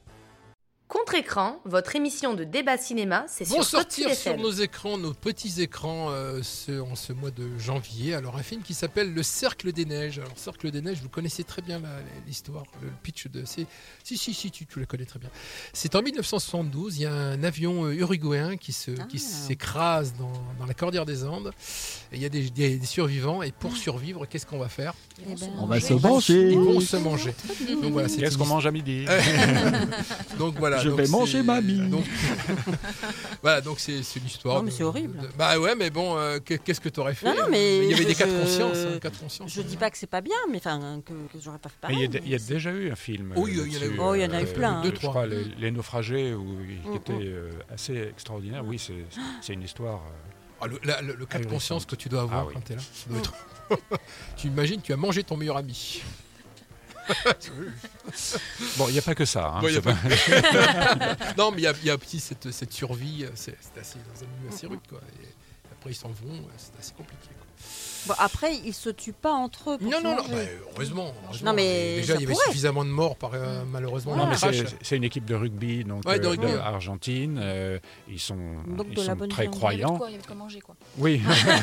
Contre-écran, votre émission de débat cinéma, c'est Vont sur Côte sortir Sud sur F M. nos écrans, nos petits écrans, euh, ce- en ce mois de janvier. Alors un film qui s'appelle Le Cercle des Neiges. Alors Cercle des Neiges, vous connaissez très bien la- l'histoire, le pitch de. C'est, si si si, tu, tu le connais très bien. C'est en dix-neuf cent soixante-douze. Il y a un avion euh, uruguayen qui se, Ah. qui s'écrase dans, dans la cordillère des Andes. Et il y a des, des- des survivants. Et pour survivre, qu'est-ce qu'on va faire Eh ben, On va se manger. Ils vont se manger. Donc voilà, c'est Qu'est-ce une qu'on mange à midi Donc voilà. Je donc vais c'est- manger ma mie. Donc, voilà, donc c'est, c'est l'histoire. Non, mais de- c'est horrible. de- bah ouais, mais bon, euh, que- qu'est-ce que t'aurais fait Non, non, mais il y avait des je- cas de conscience. hein, cas de conscience. Je dis pas que c'est pas bien, mais enfin que, que j'aurais pas fait Mais il y, pareil. a, il y a déjà eu un film. Oh, il y euh, en a eu- là-dessus, oh, il y en a eu euh, plein, deux, Je trois. crois les, les naufragés, où, qui Mm, était euh, assez extraordinaire. Oui, c'est, c'est une histoire. euh, Ah, le, la- le- le cas de Ahurissante. conscience que tu dois avoir Ah oui. quand t'es là. ça doit être- tu imagines, tu as mangé ton meilleur ami. Bon, il n'y a pas que ça. hein, Bon, il y a c'est pas- pas- non, mais il y a, il y a aussi cette, cette survie. euh, C'est, c'est assez, dans un milieu assez rude, quoi. Et après, ils s'en vont. euh, C'est assez compliqué, quoi. Bon, après, ils se tuent pas entre eux. Pour Non, se non, non. manger. bah, heureusement, heureusement. Non, mais déjà, ça il y avait pourrait. suffisamment de morts, par, euh, malheureusement. Non, dans mais le crash. c'est, c'est une équipe de rugby, donc Ouais, de euh, rugby. Argentine. euh, ils sont, Donc ils de la sont bonne très viande. Il y avait de croyants. quoi, il y avait de quoi manger, quoi. Oui.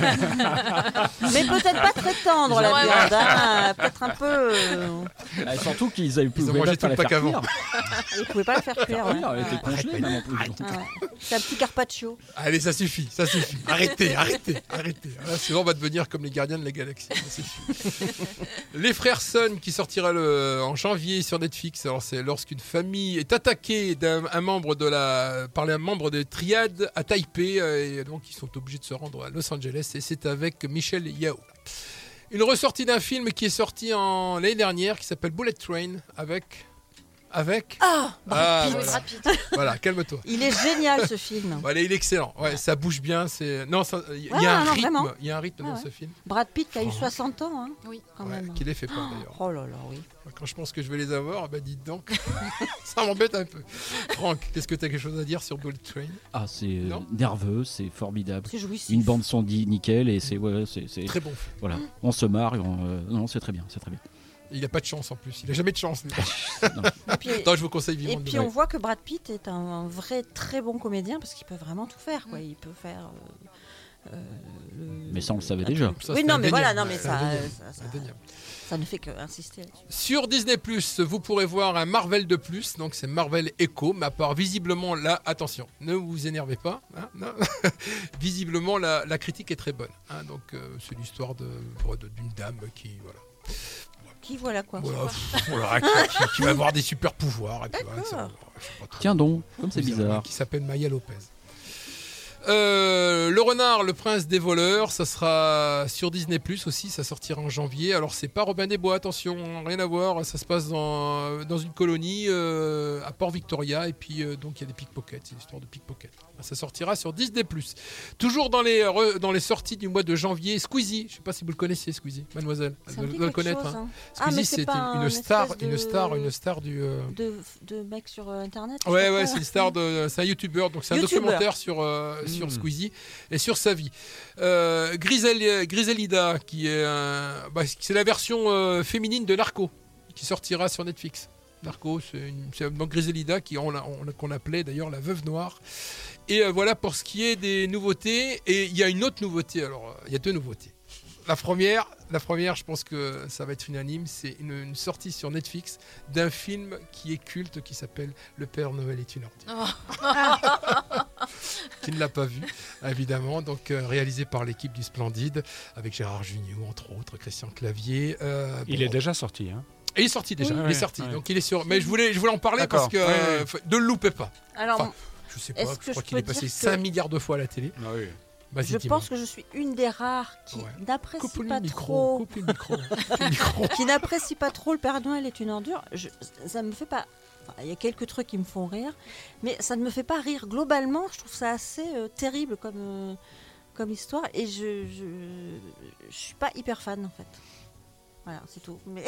Mais peut-être pas très tendre la Ouais, viande. hein, Peut-être un peu. euh, Ah, surtout qu'ils avaient Ils ont pouvaient mangé pas tout le la pack faire avant. cuire. Ils pouvaient pas la faire cuire. Ah, ouais. elle était congelée même en plus. Ah ouais. C'est un petit carpaccio. Allez, ça suffit, ça suffit. Arrêtez, arrêtez, arrêtez. Là, sinon, on va devenir comme les gardiens de la galaxie. Ça suffit. Les Frères Sun qui sortira le, en janvier sur Netflix. Alors, c'est lorsqu'une famille est attaquée d'un un membre de la, par un membre de Triade à Taipei. euh, Et donc, ils sont obligés de se rendre à Los Angeles. Et c'est avec Michel Yao. Une ressortie d'un film qui est sorti en, l'année dernière qui s'appelle Bullet Train avec. Avec Ah, Brad Ah, Pitt. voilà. Brad Pitt. Voilà, calme-toi. Il est génial ce film. Voilà, il est excellent. Ouais, ça bouge bien. C'est non, ça- il y a Ouais, un non, rythme. vraiment. Il y a un rythme Ah dans ouais. ce film. Brad Pitt qui a eu Oh. soixante ans, hein, Oui. quand Ouais, même. qui les fait pas d'ailleurs. Oh là là, oui. Quand je pense que je vais les avoir, bah dites donc, ça m'embête un peu. Franck, qu'est-ce que tu as quelque chose à dire sur Bullet Train? Ah, c'est euh, Non. nerveux, c'est formidable. C'est jouissif. Une bande son dit nickel et c'est ouais, c'est c'est- Très bon film. voilà, on se marre, et on, euh, non, c'est très bien, c'est très bien. Il a pas de chance en plus. Il a jamais de chance. lui. Et puis, Non, je vous conseille et vivement de puis le on voir. voit que Brad Pitt est un, un vrai très bon comédien parce qu'il peut vraiment tout faire. Quoi. Il peut faire. euh, euh, le- Mais ça, on le savait un déjà. truc- Ça, oui, c'est non, mais indéniable. voilà, non, mais C'est ça, indéniable. ça, ça- Indéniable. ça ne fait qu'insister là-dessus. Sur Disney plus, vous pourrez voir un Marvel de plus, donc c'est Marvel Echo, mais à part visiblement là, attention, ne vous énervez pas, hein, non. Visiblement la, la critique est très bonne, hein, donc euh, c'est l'histoire de, de- d'une dame qui voilà, Qui voilà quoi. voilà, pff, voilà, qui, qui- qui va avoir des super pouvoirs, et puis, voilà, c'est- D'accord. je sais pas trop. Tiens donc, comme c'est Vous savez, bizarre. qui s'appelle Maya Lopez. Euh, le renard, le prince des voleurs, ça sera sur Disney plus aussi, ça sortira en janvier. Alors c'est pas Robin des Bois, attention, rien à voir. Ça se passe dans, dans une colonie euh, à Port Victoria et puis euh, donc il y a des pickpockets, c'est l'histoire de pickpockets. Ça sortira sur Disney plus. Toujours dans les re- dans les sorties du mois de janvier, Squeezie. Je sais pas si vous le connaissez, Squeezie, mademoiselle. Ça Elle me doit- dit doit le quelque connaître. chose, hein. hein. Ah, mais Squeezie, c'est c'est pas une, un une star, espèce une de- star, une star du. euh, De, de mecs sur euh, internet. je Ouais, sais ouais, pas. c'est une star de. C'est un youtubeur, donc c'est un YouTuber. documentaire sur, euh, Mm. sur Mm. Squeezie et sur sa vie. Euh, Grisel- Griselida, qui est, un- bah, c'est la version euh, féminine de Narco, qui sortira sur Netflix. Narco, c'est, une, c'est donc Griselida qui on, l'a- on- qu'on appelait d'ailleurs la veuve noire. Et euh, voilà pour ce qui est des nouveautés. Et il y a une autre nouveauté. Alors, euh, il y a deux nouveautés. La première, la première, je pense que ça va être unanime, c'est une, une sortie sur Netflix d'un film qui est culte, qui s'appelle Le Père Noël est une ordure. Qui ne l'a pas vu, évidemment. Donc euh, réalisé par l'équipe du Splendide, avec Gérard Jugnot, entre autres, Christian Clavier. Euh, Il bon, est déjà sorti. Hein. Et il est sorti déjà. Oui, il est oui, sorti. oui. Donc il est sur. Mais je voulais, je voulais en parler D'accord. parce que Oui, euh, oui. ne le loupez pas. Alors, Enfin, je sais pas. est-ce Je que crois je qu'il est peux passé dire que- cinq milliards de fois à la télé. Ah oui. Vas-y, je dis-moi. pense que je suis une des rares qui Ouais. n'apprécie Coupe-lui pas le micro. trop. Coupe le micro. coupe le micro. qui n'apprécie pas trop le Père Noël est une ordure. Je, ça me fait pas. enfin, Il y a quelques trucs qui me font rire, mais ça ne me fait pas rire. Globalement, je trouve ça assez euh, terrible comme, euh, comme histoire, et je, je je suis pas hyper fan en fait. Voilà, c'est tout. Mais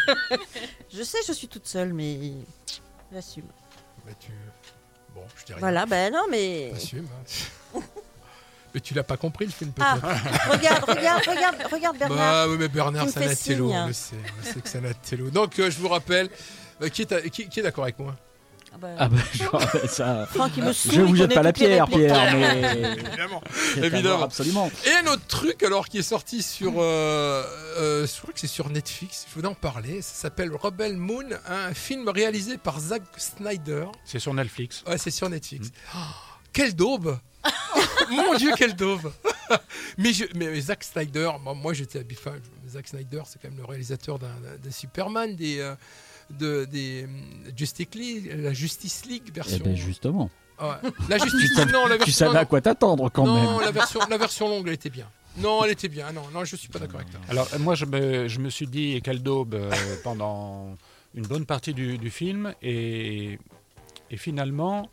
je sais, je suis toute seule, mais j'assume. Bah, tu... Bon, je dis rien. Voilà, ben non, mais. T'assumes, hein. Mais tu l'as pas compris le film Ah, peut-être. regarde, regarde, regarde, regarde Bernard. Bah oui, mais Bernard, qui me c'est un fait Natello, signe. on le sait. On sait que c'est un Natello. Donc, euh, je vous rappelle, euh, qui, est à- qui- qui est d'accord avec moi Ah bah, Ah bah, genre, ça. Franck, il me saoule, Je il vous jette connaît pas la toutes les pierre, répliques. Pierre, mais. Évidemment. C'est à Évidemment. voir, absolument. Et un autre truc, alors, qui est sorti sur. Euh, euh, je crois que c'est sur Netflix, je voulais en parler. Ça s'appelle Rebel Moon, un film réalisé par Zack Snyder. C'est sur Netflix. Ouais, c'est sur Netflix. Oh, quelle daube Mon Dieu, quelle daube mais, je, mais, mais Zack Snyder, moi, moi j'étais habitué. Enfin, Zack Snyder, c'est quand même le réalisateur d'un, d'un Superman, des, euh, de, des euh, Justice League, la Justice League Eh version. ben justement. Ah ouais. La Tu Justice savais, non, la tu version. savais à quoi t'attendre quand non, même. la version, la version longue, elle était bien. Non, elle était bien. Non, non, je suis pas d'accord avec toi. Alors, euh, moi, je me, je me suis dit, quelle daube, euh, pendant une bonne partie du, du film. Et, et finalement,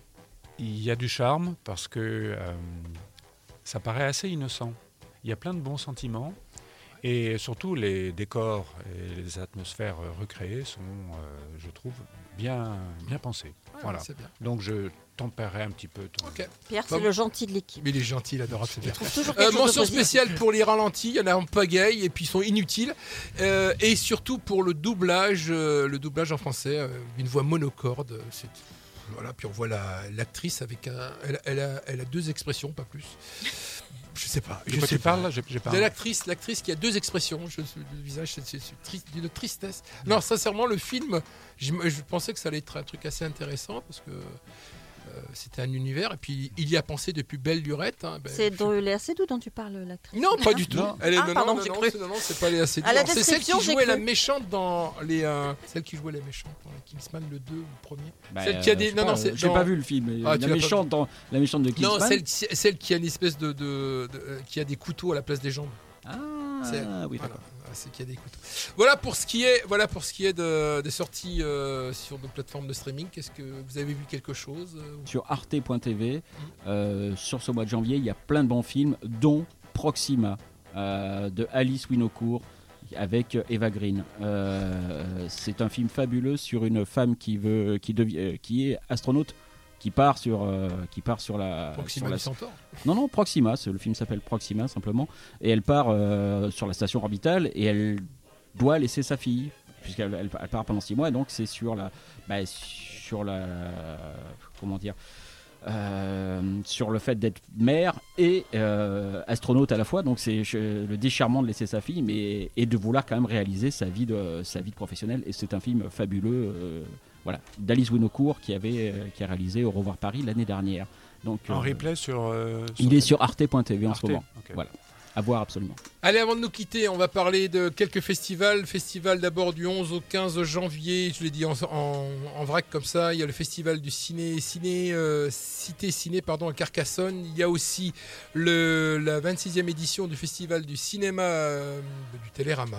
il y a du charme parce que euh, ça paraît assez innocent. Il y a plein de bons sentiments. Et surtout, les décors et les atmosphères euh, recréées sont, euh, je trouve, bien, bien pensées. Ouais, Voilà. c'est bien. Donc, je tempérerai un petit peu ton... Ok. Pierre, c'est Bon. le gentil de l'équipe. Mais il est gentil, il est adorable, c'est bien. trouve toujours Euh, quelque chose de mention positif. spéciale pour les ralentis, il y en a en pagaille et puis ils sont inutiles. Euh, et surtout pour le doublage, euh, le doublage en français, euh, une voix monocorde. euh, C'est, voilà, puis on voit la, l'actrice avec un, elle, elle a, elle a deux expressions, pas plus. Je sais pas. De Je quoi sais tu pas. parles, là? J'ai- j'ai pas- De l'actrice, l'actrice qui a deux expressions. Je, le visage, c'est, c'est, c'est triste, d'une tristesse. Non, sincèrement, le film, je, je pensais que ça allait être un truc assez intéressant parce que euh, c'était un univers. Et puis il y a pensé depuis belle lurette. Hein, ben, C'est je- dans Léa Seydoux dont tu parles, l'actrice. non, pas du tout. Non. Elle est, Ah, non, pardon, non, j'ai non, cru. c'est, non, non, c'est pas Léa Seydoux. À la Alors, c'est celle qui description, j'ai jouait la cru. méchante dans les. euh, celle qui jouait la méchante dans les Kingsman, le deux ou le premier. Bah, celle qui a euh, des. je sais Non, pas, non, c'est. j'ai dans- pas vu le film. mais Ah, tu la, l'as pas méchante vu. dans, la méchante de Non, Kingsman. celle, celle qui a une espèce de. de, de- euh, qui a des couteaux à la place des jambes. Ah, C'est- oui, voilà, d'accord. c'est qu'il y a des couteaux. Voilà pour ce qui est, voilà pour ce qui est de, des sorties euh, sur nos plateformes de streaming. Qu'est-ce que vous avez vu quelque chose euh, Sur arte point t v, euh, sur ce mois de janvier, il y a plein de bons films, dont Proxima, euh, de Alice Winocourt, avec Eva Green. Euh, c'est un film fabuleux sur une femme qui, veut, qui, devi- euh, qui est astronaute, qui part sur, euh, qui part sur la... Proxima sur la- du Centaure. Non, non, Proxima, c'est- le film s'appelle Proxima simplement, et elle part euh, sur la station orbitale et elle doit laisser sa fille, puisqu'elle elle, elle part pendant six mois, et donc c'est sur la... Bah, sur la... Comment dire euh, sur le fait d'être mère et euh, astronaute à la fois, donc c'est je- le déchirement de laisser sa fille, mais et de vouloir quand même réaliser sa vie de sa vie de professionnelle. Et c'est un film fabuleux, euh, voilà, d'Alice Winocourt qui avait euh, qui a réalisé Au revoir Paris l'année dernière. Donc En euh, replay sur... euh, il est sur arte point t v en Arte, ce moment. ok. Voilà, à voir absolument. Allez, avant de nous quitter, on va parler de quelques festivals. Festival d'abord du onze au quinze janvier, je l'ai dit en, en, en vrac comme ça. Il y a le festival du ciné, ciné euh, Cité Ciné pardon, à Carcassonne. Il y a aussi le, la vingt-sixième édition du festival du cinéma euh, du Télérama. Alors, on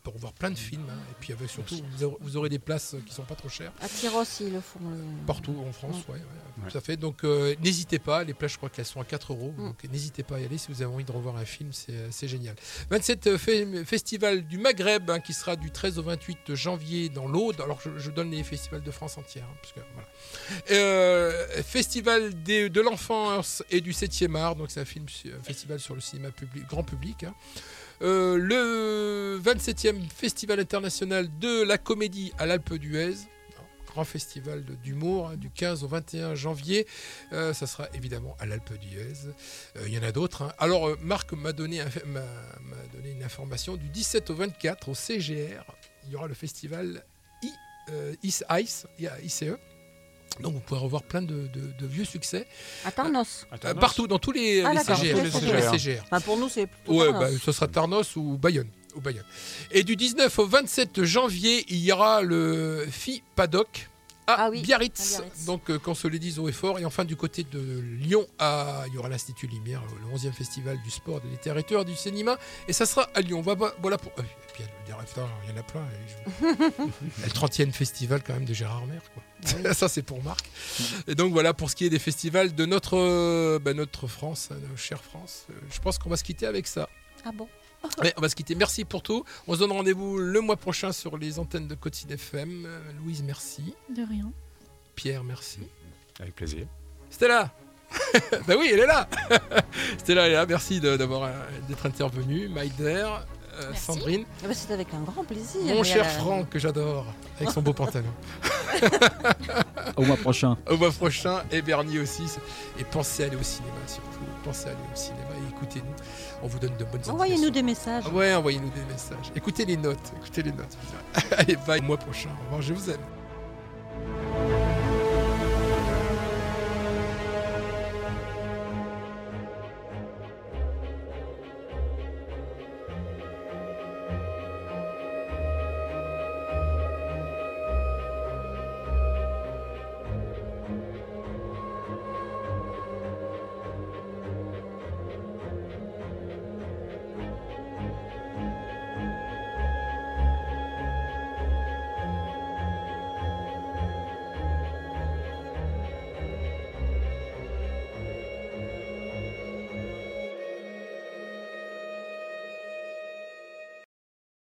pour voir plein de films. Hein. Et puis avec, surtout, vous aurez, vous aurez des places qui sont pas trop chères. À Tyros, ils le font. le- Partout en France, Ouais. ouais, ouais, Ouais. tout à fait. Donc euh, n'hésitez pas, les places je crois qu'elles sont à quatre euros, Mm. donc n'hésitez pas à y aller si vous avez envie de revoir un film, c'est, c'est génial. vingt-sept euh, fe- Festival du Maghreb hein, qui sera du treize au vingt-huit janvier dans l'Aude. Alors je, je donne les festivals de France entière. hein, parce que, voilà. Euh, Festival des- de l'enfance et du septième art, donc c'est un, film, un festival sur le cinéma public, grand public. hein. Euh, le vingt-septième Festival international de la comédie à l'Alpe d'Huez. Grand festival de- d'humour hein, du quinze au vingt et un janvier. Euh, ça sera évidemment à l'Alpe d'Huez. Euh, Il y en a d'autres. hein. Alors, euh, Marc m'a donné, un- m'a, m'a donné une information. Du dix-sept au vingt-quatre au C G R, il y aura le festival I, euh, Is Ice, I C E. Donc, vous pourrez revoir plein de, de- de vieux succès. À Tarnos. Euh, partout, dans tous les, Ah, les d'accord, C G R. tous les tous C G R. les C G R. Enfin, pour nous, c'est plutôt Ouais, Tarnos. bah, ce sera Tarnos ou Bayonne. Ou Bayonne. Et du dix-neuf au vingt-sept janvier, il y aura le F I Paddock à Ah oui, Biarritz. à Biarritz. Donc, euh, qu'on se le dise haut et fort. Et enfin, du côté de Lyon, à, il y aura l'Institut Lumière, le onzième festival du sport, de littérature, du cinéma. Et ça sera à Lyon. Voilà, voilà pour. euh, et puis, il y a le directeur, il y en a plein. et je- Et le trentième festival, quand même, de Gérard Mer. Quoi. Ça, c'est pour Marc. Et donc, voilà pour ce qui est des festivals de notre, euh, bah, notre France, hein, notre chère France. Euh, je pense qu'on va se quitter avec ça. Ah bon. Ouais, on va se quitter. Merci pour tout. On se donne rendez-vous le mois prochain sur les antennes de Côte-Sud F M. Euh, Louise, merci. De rien. Pierre, merci. Avec plaisir. Stella. Ben oui, elle est là. Stella, elle est là. Merci de- d'avoir euh, d'être intervenue. Maïder, euh, Merci. Sandrine, Ah bah, c'est avec un grand plaisir. mon Mais cher elle a- Franck que j'adore avec son beau pantalon. Au mois prochain. Au mois prochain, et Bernie aussi. Et pensez à aller au cinéma surtout. Pensez à aller au cinéma et écoutez-nous. On vous donne de bonnes indications. Envoyez-nous des messages. Ouais, envoyez-nous des messages. Écoutez les notes. Écoutez les notes. Allez, bye. Au mois prochain. Au revoir, je vous aime.